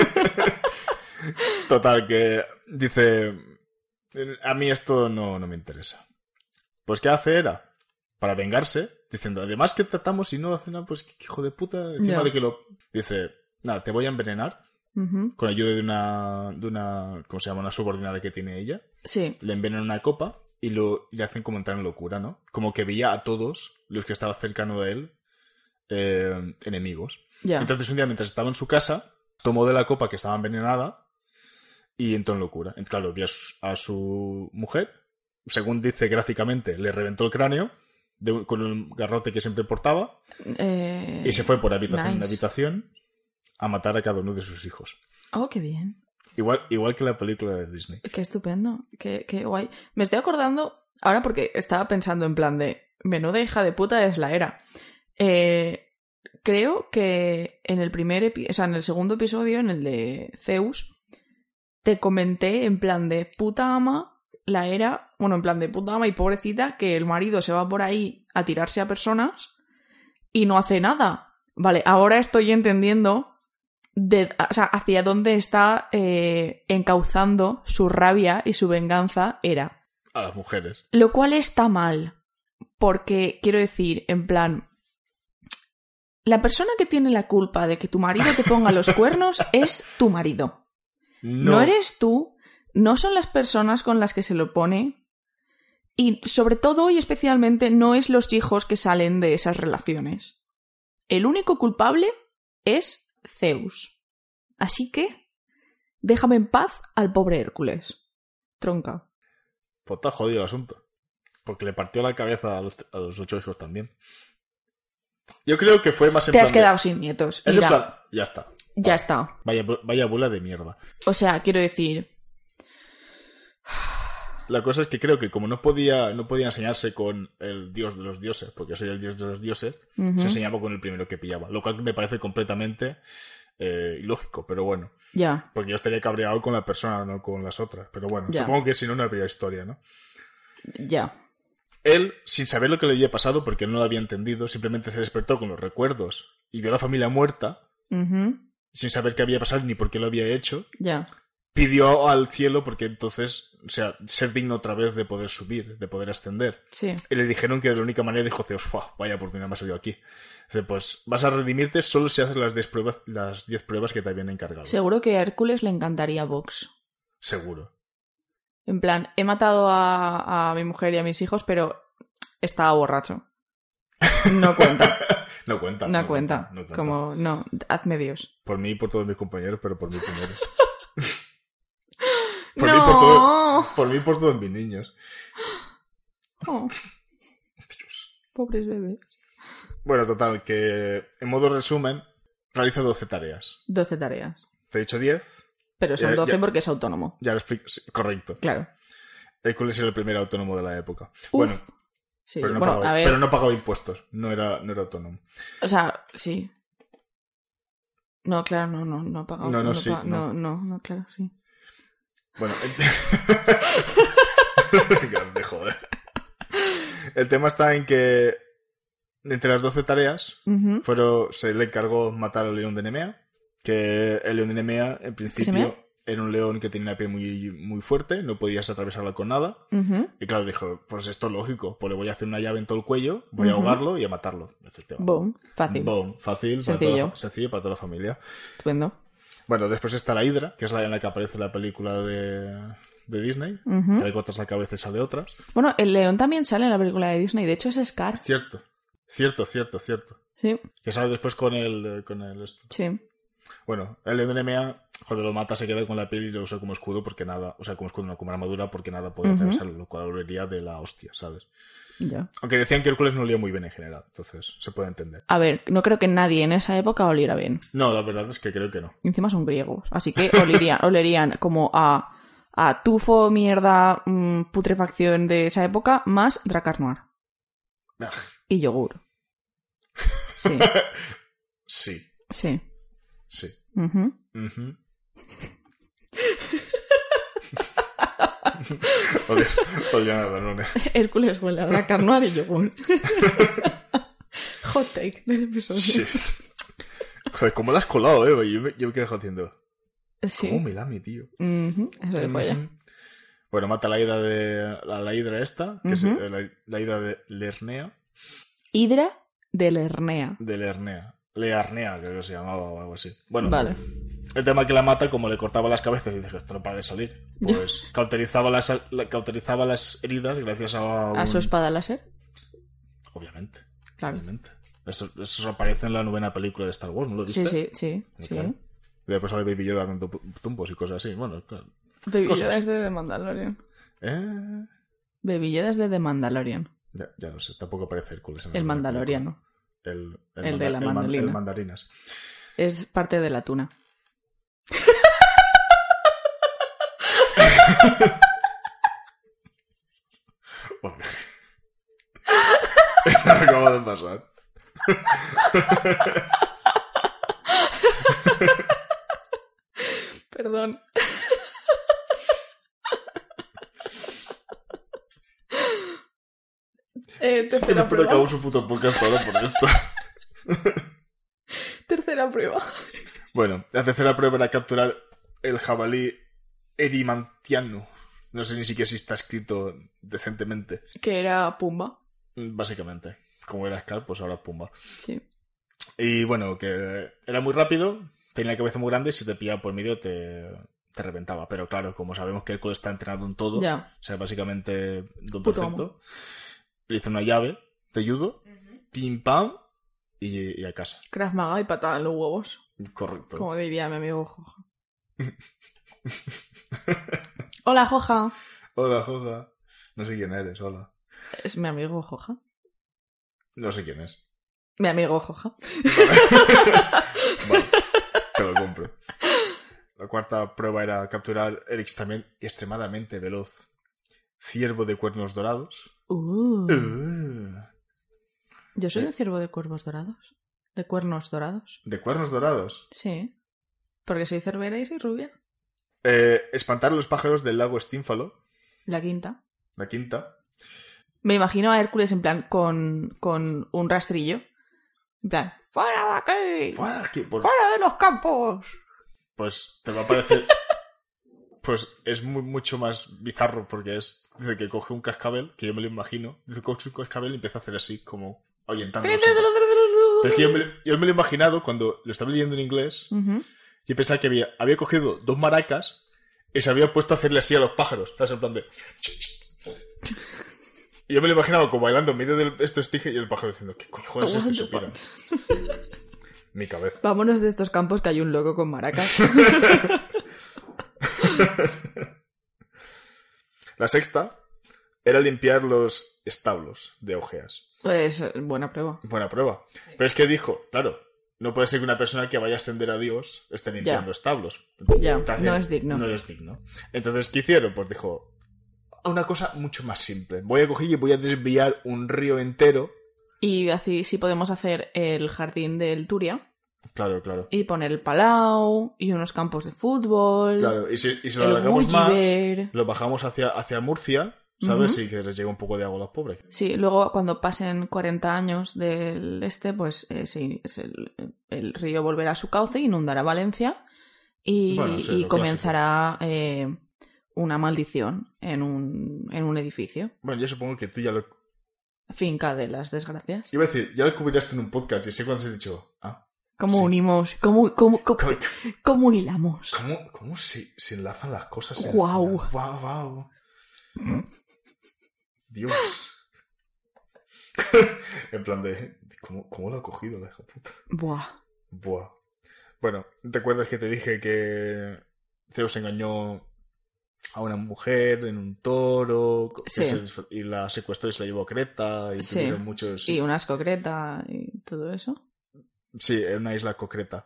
Total, que dice, a mí esto no me interesa. Pues ¿qué hace era? Para vengarse, diciendo, además que tratamos y no hace nada, pues qué hijo de puta, encima Ya. de que lo... Dice, nada, te voy a envenenar Ujú. con ayuda de una ¿cómo se llama? Una subordinada que tiene ella. Sí. Le envenenan una copa y le hacen como entrar en locura, ¿no? Como que veía a todos los que estaban cercanos a él enemigos. Ya. Entonces un día mientras estaba en su casa, tomó de la copa que estaba envenenada y entró en locura. Entonces, claro, vio a su mujer, según dice gráficamente, le reventó el cráneo con un garrote que siempre portaba y se fue por habitación en nice. habitación a matar a cada uno de sus hijos. Oh, qué bien. Igual que la película de Disney. Qué estupendo. Qué guay. Me estoy acordando ahora porque estaba pensando en plan de menuda hija de puta es la Hera. Creo que en el en el segundo episodio, en el de Zeus, te comenté en plan de puta ama la Hera, bueno, en plan de puta ama y pobrecita, que el marido se va por ahí a tirarse a personas y no hace nada. Vale, ahora estoy entendiendo hacia dónde está encauzando su rabia y su venganza Hera. A las mujeres. Lo cual está mal, porque quiero decir, en plan, la persona que tiene la culpa de que tu marido te ponga los cuernos es tu marido. No eres tú, no son las personas con las que se lo pone y sobre todo y especialmente no es los hijos que salen de esas relaciones. El único culpable es Zeus. Así que déjame en paz al pobre Hércules. Tronca. Pues está jodido el asunto. Porque le partió la cabeza a los 8 hijos también. Yo creo que fue más en Te plan has quedado sin nietos. Es Mira, en plan, ya está. ya está. Vaya bula de mierda. O sea, quiero decir... La cosa es que creo que como no podía enseñarse con el dios de los dioses, porque soy el dios de los dioses, Ujú. se enseñaba con el primero que pillaba. Lo cual me parece completamente ilógico, pero bueno. Ya. Porque yo estaría cabreado con la persona, no con las otras. Pero bueno, Ya. supongo que si no, no habría historia, ¿no? Ya. Él, sin saber lo que le había pasado, porque no lo había entendido, simplemente se despertó con los recuerdos y vio a la familia muerta, Ujú. sin saber qué había pasado ni por qué lo había hecho. Ya. Pidió al cielo porque entonces, o sea, ser digno otra vez de poder subir, de poder ascender. Sí. Y le dijeron que de la única manera dijo Zeus, vaya oportunidad me ha salido aquí. Dice, pues vas a redimirte solo si haces las 10 pruebas que te habían encargado. Seguro que a Hércules le encantaría Vox. Seguro. En plan, he matado a mi mujer y a mis hijos, pero estaba borracho. No cuenta. No cuenta. No cuenta. No cuenta. Como, no, hazme Dios. Por mí y por todos mis compañeros, pero por mí primero. ¡No! Por mí y por todos mis niños. Oh, Dios. pobres bebés. Bueno, total, que en modo resumen, realiza 12 tareas. 12 tareas. Te he dicho 10. Pero son Ya- 12 ya- porque es autónomo. Ya lo explico. Sí, correcto. Claro. Hércules era el primer autónomo de la época. Uf. Bueno, Sí, pero, no bueno, pagaba, a ver. pero no pagaba impuestos. No era autónomo. O sea, sí. No, claro, no he pagado. No, sí, no, claro, sí. Bueno, grande, joder. El tema está en que entre las 12 tareas Ujú. se le encargó matar al león de Nemea, que el león de Nemea en principio mea? era un león que tenía una piel muy, muy fuerte, no podías atravesarla con nada. Ujú. Y claro, dijo, pues esto es lógico, pues le voy a hacer una llave en todo el cuello, voy a Ujú. ahogarlo y a matarlo. Efectivamente. Boom. Fácil. Boom, fácil, Sencillo. sencillo para toda la familia. Estupendo. Bueno, después está la Hidra, que es la en la que aparece la película de Disney, Ujú. que le cortas la cabeza y sale otras. Bueno, el león también sale en la película de Disney. De hecho, es Scar. Cierto, Cierto. Sí, Que sale después con el esto. sí. Bueno, el MMA, cuando lo mata se queda con la piel y lo usa como escudo porque nada... O sea, como escudo, no como armadura porque nada puede atravesarlo, lo cual olería de la hostia, ¿sabes? Ya. Aunque decían que Hércules no olía muy bien en general, entonces se puede entender. A ver, no creo que nadie en esa época oliera bien. No, la verdad es que creo que no. Y encima son griegos, así que olerían como a tufo, mierda, putrefacción de esa época, más Drakkar Noir. Y yogur. Sí. Sí. Sí. Sí. Ujú. Ujú. Oye, nada, no. Hércules huele a Drakkar Noir y yogur. Hot take del episodio. Shit. Joder, ¿cómo la has colado, Yo me quedo haciendo. Sí. ¿Cómo me lame, tío? Eso de polla. Bueno, mata a la hidra esta, que es la hidra de Lernea. Hidra de Lernea. De Lernea. Learnea, creo que se llamaba o algo así. Bueno, vale. El tema que la mata, como le cortaba las cabezas y dice que esto no para de salir, pues cauterizaba las heridas gracias a su espada láser. Obviamente. Claro. Obviamente. Eso aparece en la 9ª película de Star Wars, ¿no lo viste? Sí. Claro. Y después sale Baby Yoda dando tumbos y cosas así. Bueno, claro. Baby Yoda es de The Mandalorian. Baby Yoda es de The Mandalorian. Ya no sé, tampoco aparece Hércules en el Mandaloriano. El de la mandolina. El mandarinas. Es parte de la tuna. Esto me acaba de pasar. Perdón. Tercera Espero que prueba. hago su puto podcast ahora por esto. Tercera prueba. Bueno, la tercera prueba era capturar el jabalí erimantiano. No sé ni siquiera si está escrito decentemente. Que era Pumba. Básicamente. Como era Scar, pues ahora Pumba. Sí. Y bueno, que era muy rápido, tenía la cabeza muy grande y si te pillaba por medio te reventaba. Pero claro, como sabemos que Hércules está entrenado en todo, Ya. o sea, básicamente Don Puto Perfecto, le hizo una llave de judo, pim pam, y a casa. Krav Maga y patada en los huevos. Correcto. Como diría mi amigo Joja. Hola, Joja. Hola, Joja. No sé quién eres, hola. Es mi amigo Joja. No sé quién es. Mi amigo Joja. Vale, te lo compro. La cuarta prueba era capturar el extremadamente veloz ciervo de cuernos dorados. Yo soy un ciervo de cuervos dorados. ¿De cuernos dorados? ¿De cuernos dorados? Sí. Porque soy cervera y soy rubia. Espantar a los pájaros del lago Estínfalo. La quinta. La quinta. Me imagino a Hércules en plan con un rastrillo. En plan, ¡fuera de aquí! ¡Fuera de aquí! ¡Fuera de los campos! Pues te va a parecer... Pues es mucho más bizarro porque dice que coge un cascabel, que yo me lo imagino. Dice que coge un cascabel y empieza a hacer así, como ahuyentando. Pero es que yo me lo he imaginado cuando lo estaba leyendo en inglés. Y pensaba que había cogido 2 maracas y se había puesto a hacerle así a los pájaros. ¿Sabes? En plan de... Y yo me lo imaginaba como bailando en medio de esto estige y el pájaro diciendo, ¿qué cojones es esto? Y se pira. Mi cabeza. Vámonos de estos campos que hay un loco con maracas. La sexta era limpiar los establos de Ojeas. Pues buena prueba. Buena prueba. Pero es que dijo, claro, no puede ser que una persona que vaya a ascender a Dios esté limpiando establos. Ya, no es digno. No es digno. Entonces, ¿qué hicieron? Pues dijo, una cosa mucho más simple. Voy a coger y voy a desviar un río entero. Y así sí podemos hacer el jardín del Turia. Claro, claro. Y poner el Palau y unos campos de fútbol. Claro, y si lo alargamos más, lo bajamos hacia Murcia, ¿sabes? Y que les llegue un poco de agua a los pobres. Sí, luego cuando pasen 40 años del pues sí, el río volverá a su cauce, inundará Valencia y, y comenzará una maldición en un edificio. Bueno, yo supongo que tú ya lo... Finca de las desgracias. Iba a decir, ya lo cubriste en un podcast y sé cuando has dicho... ¿Cómo sí. unimos? ¿Cómo hilamos? ¿Cómo se enlazan las cosas? ¡Guau! ¡Wow! Dios. En plan de ¿Cómo lo ha cogido la hija puta? Buah. Bueno, ¿te acuerdas que te dije que Zeus engañó a una mujer en un toro Sí. y la secuestró y se la llevó a Creta y Sí. tuvieron muchos... Y unas concretas y todo eso. Sí, en una isla concreta.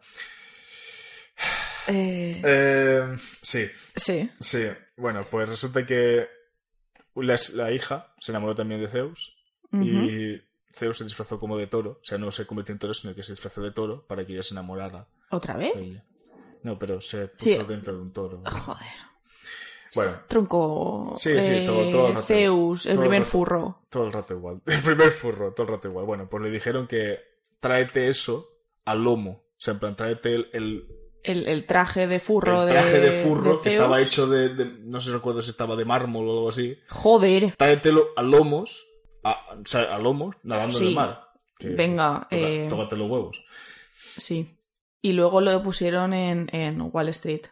Sí. Sí. Bueno, pues resulta que la hija se enamoró también de Zeus Ujú. y Zeus se disfrazó como de toro. O sea, no se convirtió en toro, sino que se disfrazó de toro para que ella se enamorara ¿Otra vez? de ella. No, pero se puso Sí. dentro de un toro. Joder. Bueno, Tronco. Sí, todo el rato. Zeus, el Todo el primer rato. furro. todo el rato igual. El primer furro, todo el rato igual. Bueno, pues le dijeron que tráete eso al lomo. O sea, en plan, tráete El traje de furro el traje de furro de que Zeus. estaba hecho no sé, recuerdo si estaba de mármol o algo así. Joder. Tráetelo a lomos, o sea, a lomos, nadando en Sí. el mar. Que Venga, tócate los huevos. Sí. Y luego lo pusieron en Wall Street.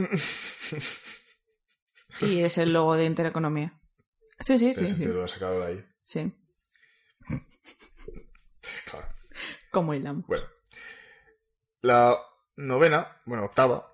Y es el logo de Intereconomía. Sí. Tiene sentido, lo ha sacado de ahí. Sí. Claro. Como hilamos. Bueno. La octava.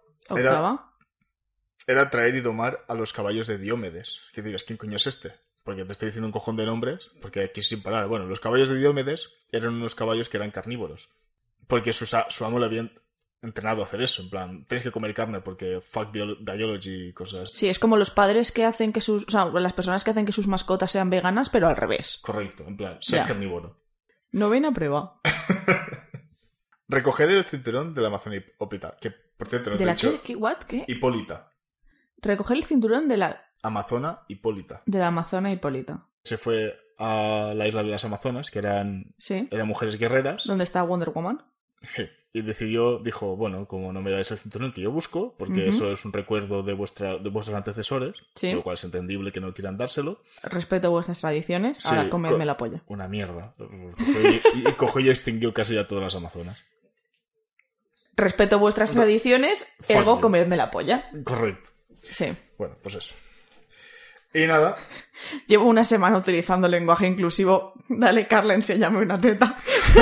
Era traer y domar a los caballos de Diomedes. ¿Qué digas? ¿Quién coño es este? Porque te estoy diciendo un cojón de nombres, porque aquí sin parar. Bueno, los caballos de Diomedes eran unos caballos que eran carnívoros. Porque su amo le habían entrenado a hacer eso. En plan, tienes que comer carne porque fuck biology y cosas. Sí, es como los padres que hacen que sus... O sea, las personas que hacen que sus mascotas sean veganas, pero al revés. Correcto, en plan, ser Ya. carnívoro. Novena prueba. Recoger el cinturón de la Amazona Hipólita. Que, por cierto, no te ¿De he la dicho... qué? ¿What? ¿Qué? Hipólita. Recoger el cinturón de la Amazona Hipólita. Amazona Hipólita. Se fue a la isla de las Amazonas, que eran Sí. mujeres guerreras. ¿Dónde está Wonder Woman? Y dijo, bueno, como no me dais el cinturón que yo busco, porque Ujú. eso es un recuerdo de vuestros antecesores, Sí. por lo cual es entendible que no quieran dárselo. Respeto vuestras tradiciones. Sí, Ahora comedme la polla. Una mierda. Cogió y extinguió casi a todas las Amazonas. Respeto vuestras tradiciones, Fuck ergo you. comedme la polla. Correcto. Sí. Bueno, pues eso. Y nada, Llevo una semana utilizando lenguaje inclusivo. Dale, Carla, enséñame una teta.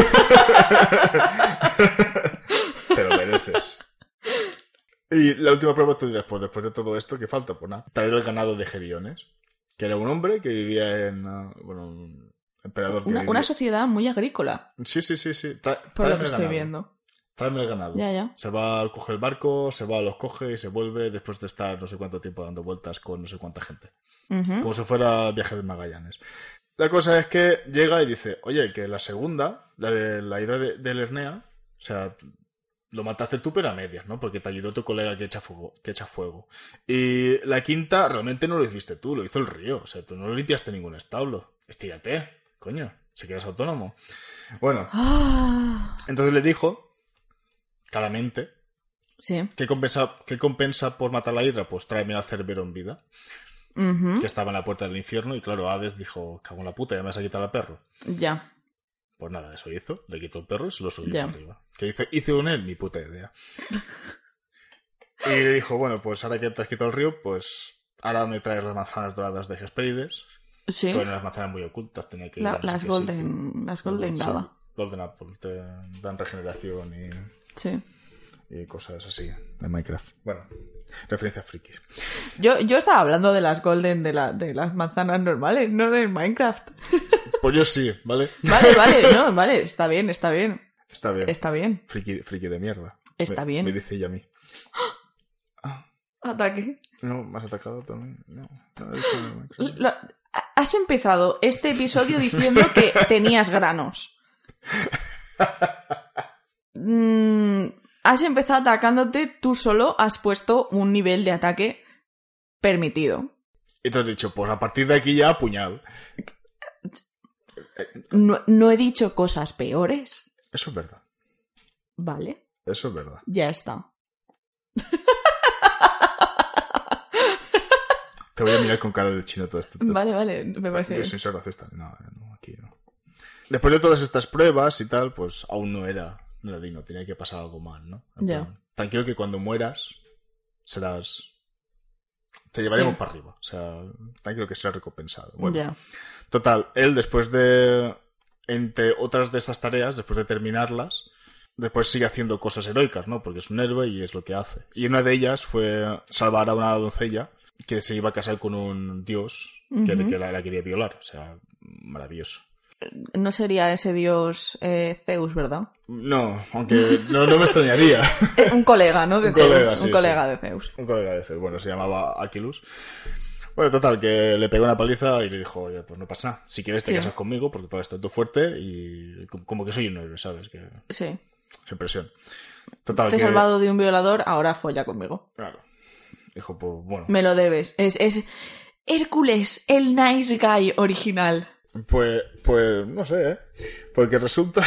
te lo mereces. Y la última prueba tú dirás, pues después de todo esto, ¿qué falta? Pues nada, traer el ganado de Geriones, que era un hombre que vivía un emperador que Una vivía... sociedad muy agrícola, Sí. por lo Tráeme que el estoy ganado. viendo. Tráeme el ganado. Ya. Se va, coge el barco, se va, los coge y se vuelve después de estar no sé cuánto tiempo dando vueltas con no sé cuánta gente. Ujú. Como si fuera el viaje de Magallanes. La cosa es que llega y dice, oye, que la segunda, la de la ira de Lernea, o sea, lo mataste tú pero a medias, ¿no? Porque te ayudó tu colega que echa fuego. Y la quinta realmente no lo hiciste tú, lo hizo el río. O sea, tú no limpiaste ningún establo. Estírate, coño, si quieres autónomo. Bueno, Ah, entonces le dijo, claramente, sí. ¿qué compensa por matar a la hidra? Pues tráeme al Cerbero en vida, Ujú. que estaba en la puerta del infierno. Y claro, Hades dijo, cago en la puta, ya me vas a quitar al perro. Ya. Pues nada, eso hizo. Le quitó el perro y se lo subió Ya. para arriba. ¿Qué hice con él? Ni puta idea. Y le dijo, bueno, pues ahora que te has quitado el río, pues ahora me traes las manzanas doradas de Hesperides. Sí. Que eran las manzanas muy ocultas, tenía que ir a no sé Las qué Golden. sitio. Las Golden Sí, Gala. Golden Apple, te dan regeneración Sí. y cosas así de Minecraft. Bueno, referencias frikis. Yo estaba hablando de las Golden de las manzanas normales, no de Minecraft. Pues yo sí, ¿vale? Vale, está bien. Está bien. Está bien. Friki de mierda. Está bien. Me dice ella a mí. Ataque. No, ¿me has atacado también? No he dicho nada de Minecraft. Has empezado este episodio diciendo que tenías granos. Has empezado atacándote, tú solo has puesto un nivel de ataque permitido. Y te has dicho, pues a partir de aquí ya puñal. No he dicho cosas peores. Eso es verdad. Vale, Eso es verdad. ya está. Te voy a mirar con cara de chino todo esto. Vale, me parece Yo bien. sin ser racista. No, aquí no. Después de todas estas pruebas y tal, pues aún no era digno. Tenía que pasar algo mal, ¿no? En Ya. plan, tranquilo que cuando mueras te llevaremos Sí. para arriba. O sea, tranquilo que serás recompensado. Bueno, Ya. total, él después de entre otras de estas tareas, después de terminarlas, después sigue haciendo cosas heroicas, ¿no? Porque es un héroe y es lo que hace. Y una de ellas fue salvar a una doncella que se iba a casar con un dios que la quería violar. O sea, maravilloso. No sería ese dios Zeus, ¿verdad? No, aunque no me extrañaría. Un colega, ¿no? De Un Zeus. colega, sí, un colega de Zeus. Un colega de Zeus. Bueno, se llamaba Aquilus. Bueno, total, que le pegó una paliza y le dijo, oye, pues no pasa nada. Si quieres te casas conmigo porque todo esto es fuerte y como que soy un héroe, ¿sabes? Que... Sí. Sin presión. Total, te he salvado de un violador, ahora folla conmigo. Claro. Dijo, pues bueno. Me lo debes. Es Hércules, el nice guy original. Pues no sé, ¿eh? Porque resulta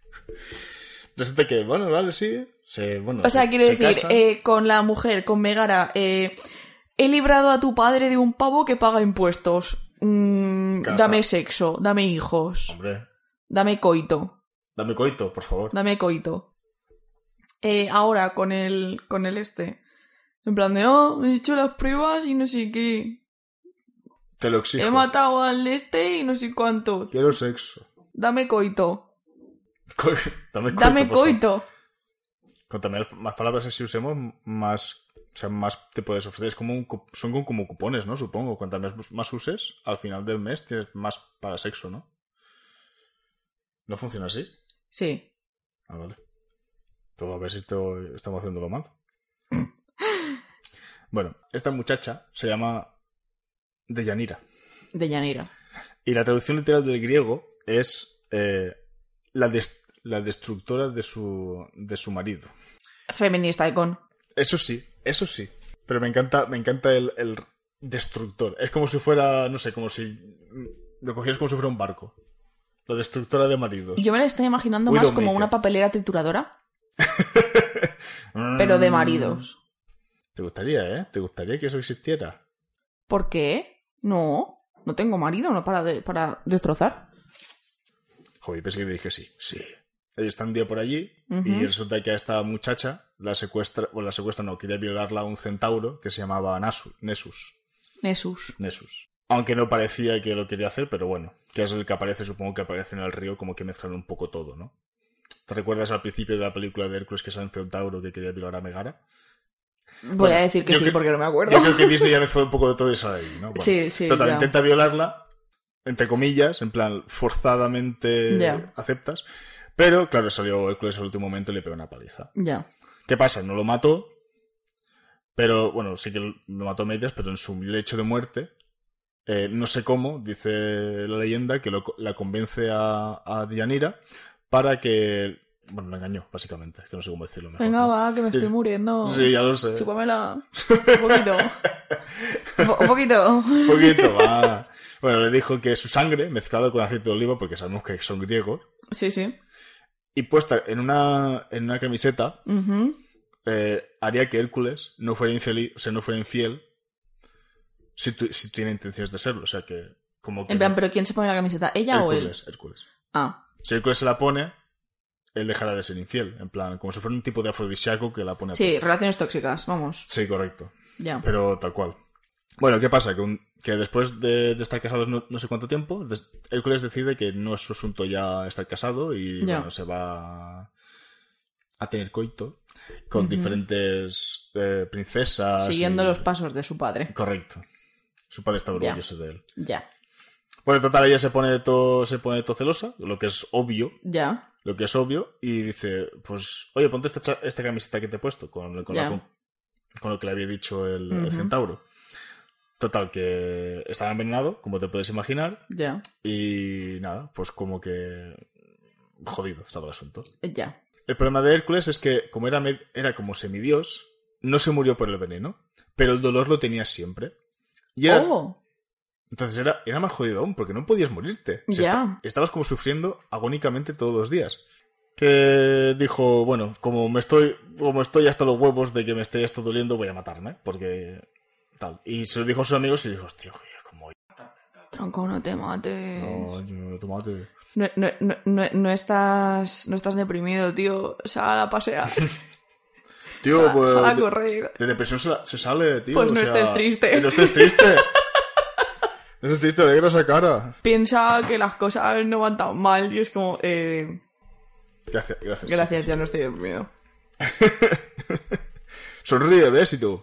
que, bueno, vale, sí. O sea, quiero decir, con la mujer, con Megara, he librado a tu padre de un pavo que paga impuestos. Dame sexo, dame hijos. Hombre. Dame coito. Dame coito, por favor. Dame coito. Ahora, con el en plan de, he hecho las pruebas y no sé qué. Te lo exijo. He matado al y no sé cuánto. Quiero sexo. Dame coito. Dame coito. Cuantas más palabras así usemos, más te puedes ofrecer. Es son como cupones, ¿no? Supongo. Cuantas más uses, al final del mes tienes más para sexo, ¿no? ¿No funciona así? Sí. Ah, vale. Todo a ver si estamos haciéndolo mal. Bueno, esta muchacha se llama Deyanira. Deyanira. Y la traducción literal del griego es la destructora de su marido. Feminista icon. Eso sí. Pero me encanta el destructor. Es como si fuera, no sé, como si lo cogieras como si fuera un barco. La destructora de maridos. Yo me la estoy imaginando más como una papelera trituradora. Pero de maridos. ¿Te gustaría, eh? ¿Te gustaría que eso existiera? ¿Por qué? No tengo marido, no para destrozar. Joder, pensé que te dije sí. Sí. Ella está un día por allí y resulta que a esta muchacha la secuestra no, quería violarla a un centauro que se llamaba Nessus. Aunque no parecía que lo quería hacer, pero bueno, que es el que aparece, supongo que aparece en el río, como que mezclan un poco todo, ¿no? ¿Te recuerdas al principio de la película de Hércules que sale un centauro que quería violar a Megara? Voy a decir que sí, porque no me acuerdo. Yo creo que Disney ya mezcló un poco de todo eso ahí, ¿no? Bueno, sí. Total, ya. Intenta violarla, entre comillas, en plan, forzadamente aceptas. Pero, claro, salió Hércules al último momento y le pegó una paliza. Ya. ¿Qué pasa? No lo mató, pero, bueno, sí que lo mató a medias, pero en su lecho de muerte, no sé cómo, dice la leyenda, que la convence a Deyanira para que... Bueno, la engañó, básicamente. Es que no sé cómo decirlo mejor. Venga, va, que me estoy muriendo. Sí, ya lo sé. Chúpamela. Un poquito. Un poquito. Un poquito, va. Bueno, le dijo que su sangre, mezclada con aceite de oliva, porque sabemos que son griegos. Sí. Y puesta en una camiseta, haría que Hércules no fuera infiel si tiene intenciones de serlo. O sea que... como que en plan, ¿pero quién se pone la camiseta? ¿Ella o él? Hércules. Ah. Si Hércules se la pone, él dejará de ser infiel. En plan, como si fuera un tipo de afrodisíaco que la pone... Sí, relaciones tóxicas, vamos. Sí, correcto. Ya. Pero tal cual. Bueno, ¿qué pasa? Que después de estar casados no sé cuánto tiempo, Hércules decide que no es su asunto ya estar casado y bueno, se va a tener coito con diferentes princesas. Siguiendo los pasos de su padre. Correcto. Su padre está orgulloso de él. Ya. Bueno, total, ella se pone todo celosa, lo que es obvio. Ya. Lo que es obvio, y dice, pues, oye, ponte esta camiseta que te he puesto con lo que le había dicho el centauro. Total, que estaba envenenado, como te puedes imaginar. Ya. Y nada, pues como que jodido estaba el asunto. Ya. El problema de Hércules es que, como era como semidios, no se murió por el veneno, pero el dolor lo tenía siempre. Y era... Entonces era más jodido aún, porque no podías morirte. O sea, estabas como sufriendo agónicamente todos los días. Que dijo, bueno, como estoy hasta los huevos de que me esté esto doliendo, voy a matarme, porque tal. Y se lo dijo a sus amigos y dijo, hostia, como... Tronco, no te mates. No te mates. No estás deprimido, tío. Sal a pasear. Tío, pues... Sal a correr. De depresión se sale, tío. Pues no estés triste. No estés triste. Eso es triste, alegra esa cara. Piensa que las cosas no van tan mal y es como... Gracias. Gracias, ya no estoy deprimido. Sonríe, ¿ves? Y tú.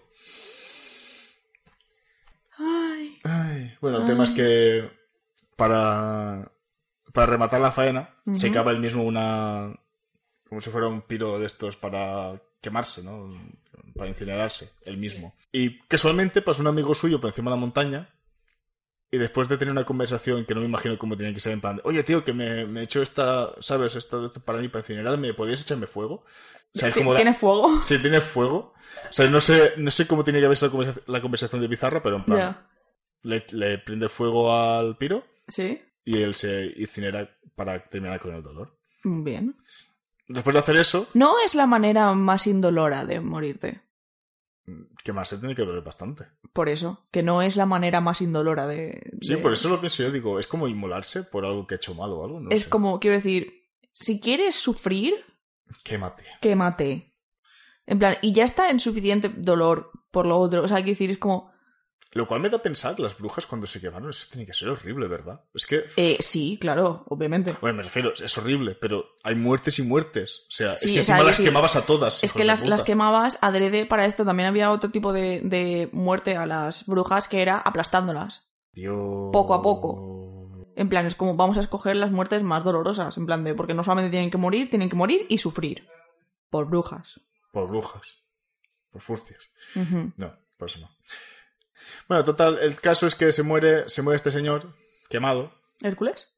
Ay. Bueno, el tema es que para rematar la faena se cava él mismo como si fuera un piro de estos para quemarse, ¿no? Para incinerarse, él mismo. Y casualmente pasó un amigo suyo por encima de la montaña y después de tener una conversación que no me imagino cómo tenía que ser en plan, oye, tío, que me he hecho esta, ¿sabes? Esto para mí, para incinerarme, ¿podrías echarme fuego? O sea, ¿Tiene fuego? Sí, tiene fuego. O sea, no sé cómo tiene que haber sido la conversación de Bizarra, pero en plan, le prende fuego al piro. Sí. Y él se incinera para terminar con el dolor. Bien. Después de hacer eso... No es la manera más indolora de morirte. ¿Qué más? Se tiene que doler bastante. Por eso, que no es la manera más indolora de... Sí, por eso lo pienso yo. Digo, es como inmolarse por algo que ha hecho mal o algo. No es sé. como, quiero decir, si quieres sufrir... Quémate. Quémate. En plan, y ya está en suficiente dolor por lo otro. O sea, quiero decir, es como... Lo cual me da a pensar que las brujas cuando se quemaron, eso tiene que ser horrible, ¿verdad? Es que... Sí, claro, obviamente. Bueno, me refiero, es horrible, pero hay muertes y muertes. O sea, Sí, es que o sea, encima las quemabas a todas. Es que las quemabas adrede para esto. También había otro tipo de muerte a las brujas que era aplastándolas. Dios... Poco a poco. En plan, es como vamos a escoger las muertes más dolorosas. En plan de, porque no solamente tienen que morir y sufrir. Por brujas. Por brujas. Por furcias. Uh-huh. No, por eso no. Bueno, total, el caso es que se muere este señor quemado. ¿Hércules?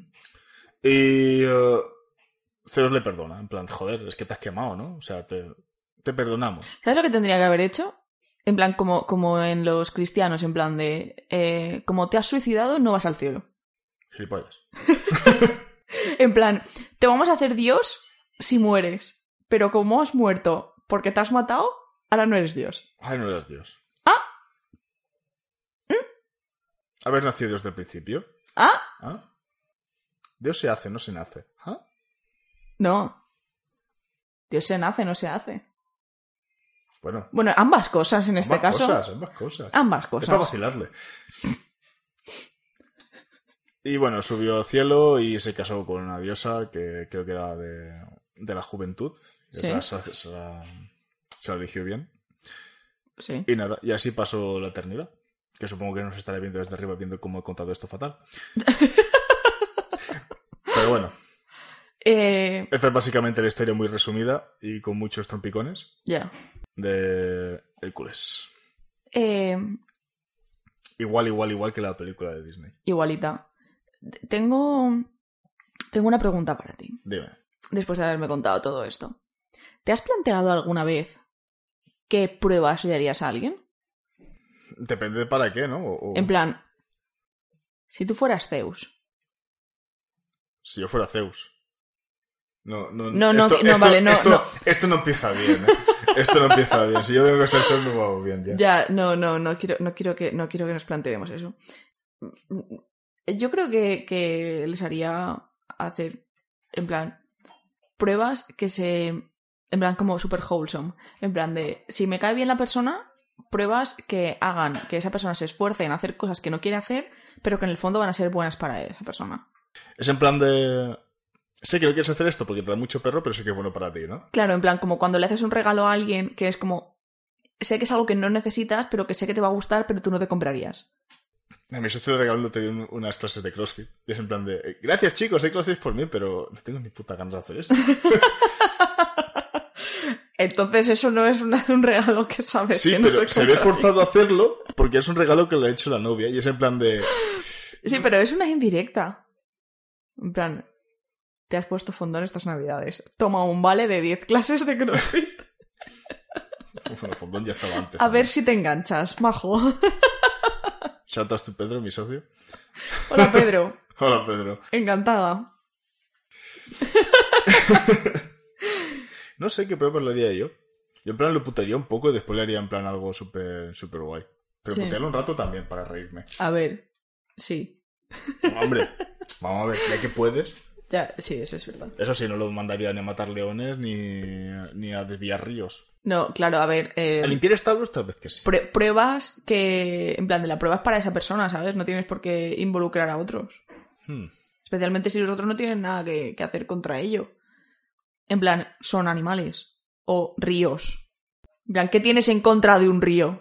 Y Zeus le perdona. En plan, joder, es que te has quemado, ¿no? O sea, te perdonamos. ¿Sabes lo que tendría que haber hecho? En plan, como en los cristianos, en plan de... como te has suicidado, no vas al cielo. Gilipollas. En plan, te vamos a hacer Dios si mueres. Pero como has muerto porque te has matado, ahora no eres Dios. Ay, no eres Dios. ¿Ah? ¿Haber nacido desde el principio? ¿Ah? ¿Ah? Dios se hace, no se nace. ¿Ah? No. Dios se nace, no se hace. Bueno, ambas cosas en este caso. Ambas cosas. Ambas Es cosas. para vacilarle. Y bueno, subió al cielo y se casó con una diosa que creo que era de la juventud. Sí. Se la eligió bien. Sí. Y nada, y así pasó la eternidad. Que supongo que nos estaré viendo desde arriba viendo cómo he contado esto fatal. Pero bueno. Esta es básicamente la historia muy resumida y con muchos trompicones. Ya. De Hércules. Igual que la película de Disney. Igualita. Tengo una pregunta para ti. Dime. Después de haberme contado todo esto. ¿Te has planteado alguna vez qué pruebas le harías a alguien? Depende de para qué, ¿no? En plan, si tú fueras Zeus. Si yo fuera Zeus. No, Esto no empieza bien, ¿eh? Esto no empieza bien. Si yo tengo que ser Zeus, no va bien, ya. Ya, no quiero que nos planteemos eso. Yo creo que les haría hacer, en plan, pruebas que en plan, como super wholesome. En plan de, si me cae bien la persona, pruebas que hagan que esa persona se esfuerce en hacer cosas que no quiere hacer, pero que en el fondo van a ser buenas para esa persona. Es en plan de... Sé que no quieres hacer esto porque te da mucho perro, pero sé que es bueno para ti, ¿no? Claro, en plan, como cuando le haces un regalo a alguien que es como... Sé que es algo que no necesitas, pero que sé que te va a gustar, pero tú no te comprarías. A mi socio regalándote unas clases de CrossFit. Y es en plan de... Gracias, chicos, hay CrossFit por mí, pero no tengo ni puta ganas de hacer esto. Entonces eso no es un regalo que sabes sí, que no pero se ve forzado a hacerlo porque es un regalo que le ha hecho la novia. Y es en plan de... Sí, pero es una indirecta. En plan... Te has puesto fondón estas navidades. Toma un vale de 10 clases de CrossFit. Bueno, fondón ya estaba antes. A ver si te enganchas, majo. Shoutout to Pedro, mi socio. Hola, Pedro. Hola, Pedro. Encantada. No sé qué pruebas le haría yo. Yo en plan lo putaría un poco y después le haría en plan algo súper super guay. Pero sí. putearlo un rato también para reírme. A ver, sí. Hombre, vamos a ver, ya que puedes... Ya, sí, eso es verdad. Eso sí, no lo mandaría ni a matar leones ni a desviar ríos. No, claro, a ver... ¿A limpiar establos? Tal vez que sí. Pruebas que... En plan, de la prueba es para esa persona, ¿sabes? No tienes por qué involucrar a otros. Especialmente si los otros no tienen nada que hacer contra ello. En plan, son animales. O ríos. En plan, ¿qué tienes en contra de un río?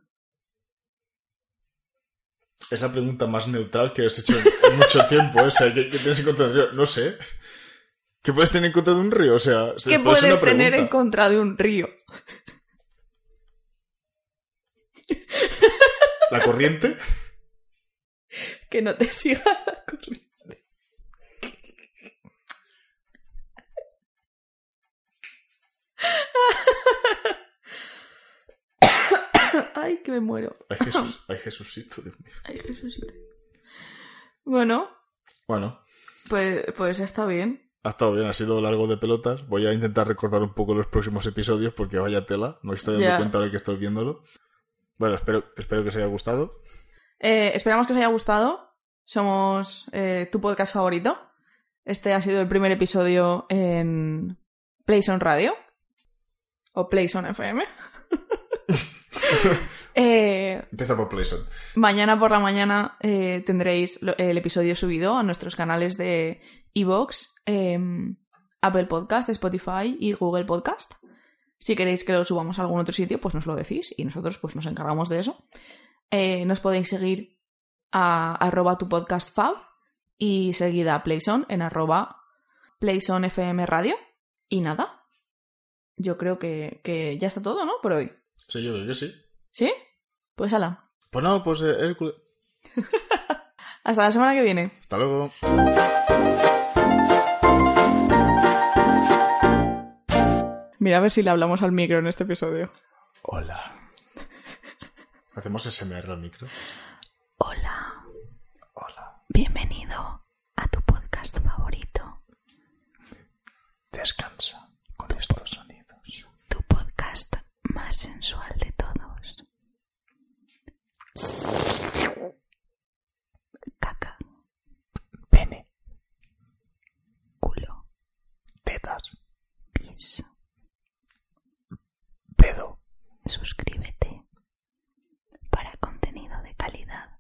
Es la pregunta más neutral que has hecho en mucho tiempo. O sea, ¿qué tienes en contra de un río? No sé. ¿Qué puedes tener en contra de un río? O sea, ¿qué puedes tener en contra de un río? ¿La corriente? Que no te siga la corriente. Ay, que me muero. Ay, Jesucito, Dios mío. Ay, Jesucito. Bueno. Pues está bien. Ha estado bien, ha sido largo de pelotas. Voy a intentar recordar un poco los próximos episodios porque vaya tela. No estoy dando cuenta de que estoy viéndolo. Bueno, espero que os haya gustado. Esperamos que os haya gustado. Somos tu podcast favorito. Este ha sido el primer episodio en Playson Radio. O Playson FM. Empieza por Playson. Mañana por la mañana tendréis el episodio subido a nuestros canales de iVoox, Apple Podcast, Spotify y Google Podcast. Si queréis que lo subamos a algún otro sitio, pues nos lo decís y nosotros pues nos encargamos de eso. Nos podéis seguir a @tupodcastfab y seguid a Playson en @PlaysonFMRadio. Y nada, yo creo que ya está todo, ¿no? Por hoy. Sí, yo creo que sí. ¿Sí? Pues hala. Pues no, pues Hércules. Hasta la semana que viene. Hasta luego. Mira a ver si le hablamos al micro en este episodio. Hola. ¿Hacemos SMR al micro? Hola. Hola. Bienvenido a tu podcast favorito. Descansa con estos sonidos. Tu podcast más sensual de todos. Caca. Pene. Culo. Tetas. Pis. Pedo. Suscríbete para contenido de calidad.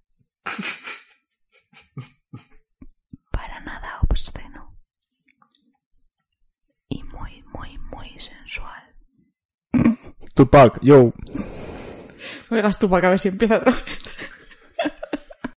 Para nada obsceno. Y muy, muy, muy sensual. Tupac, yo. Oigas Tupac, a ver si empieza otra vez.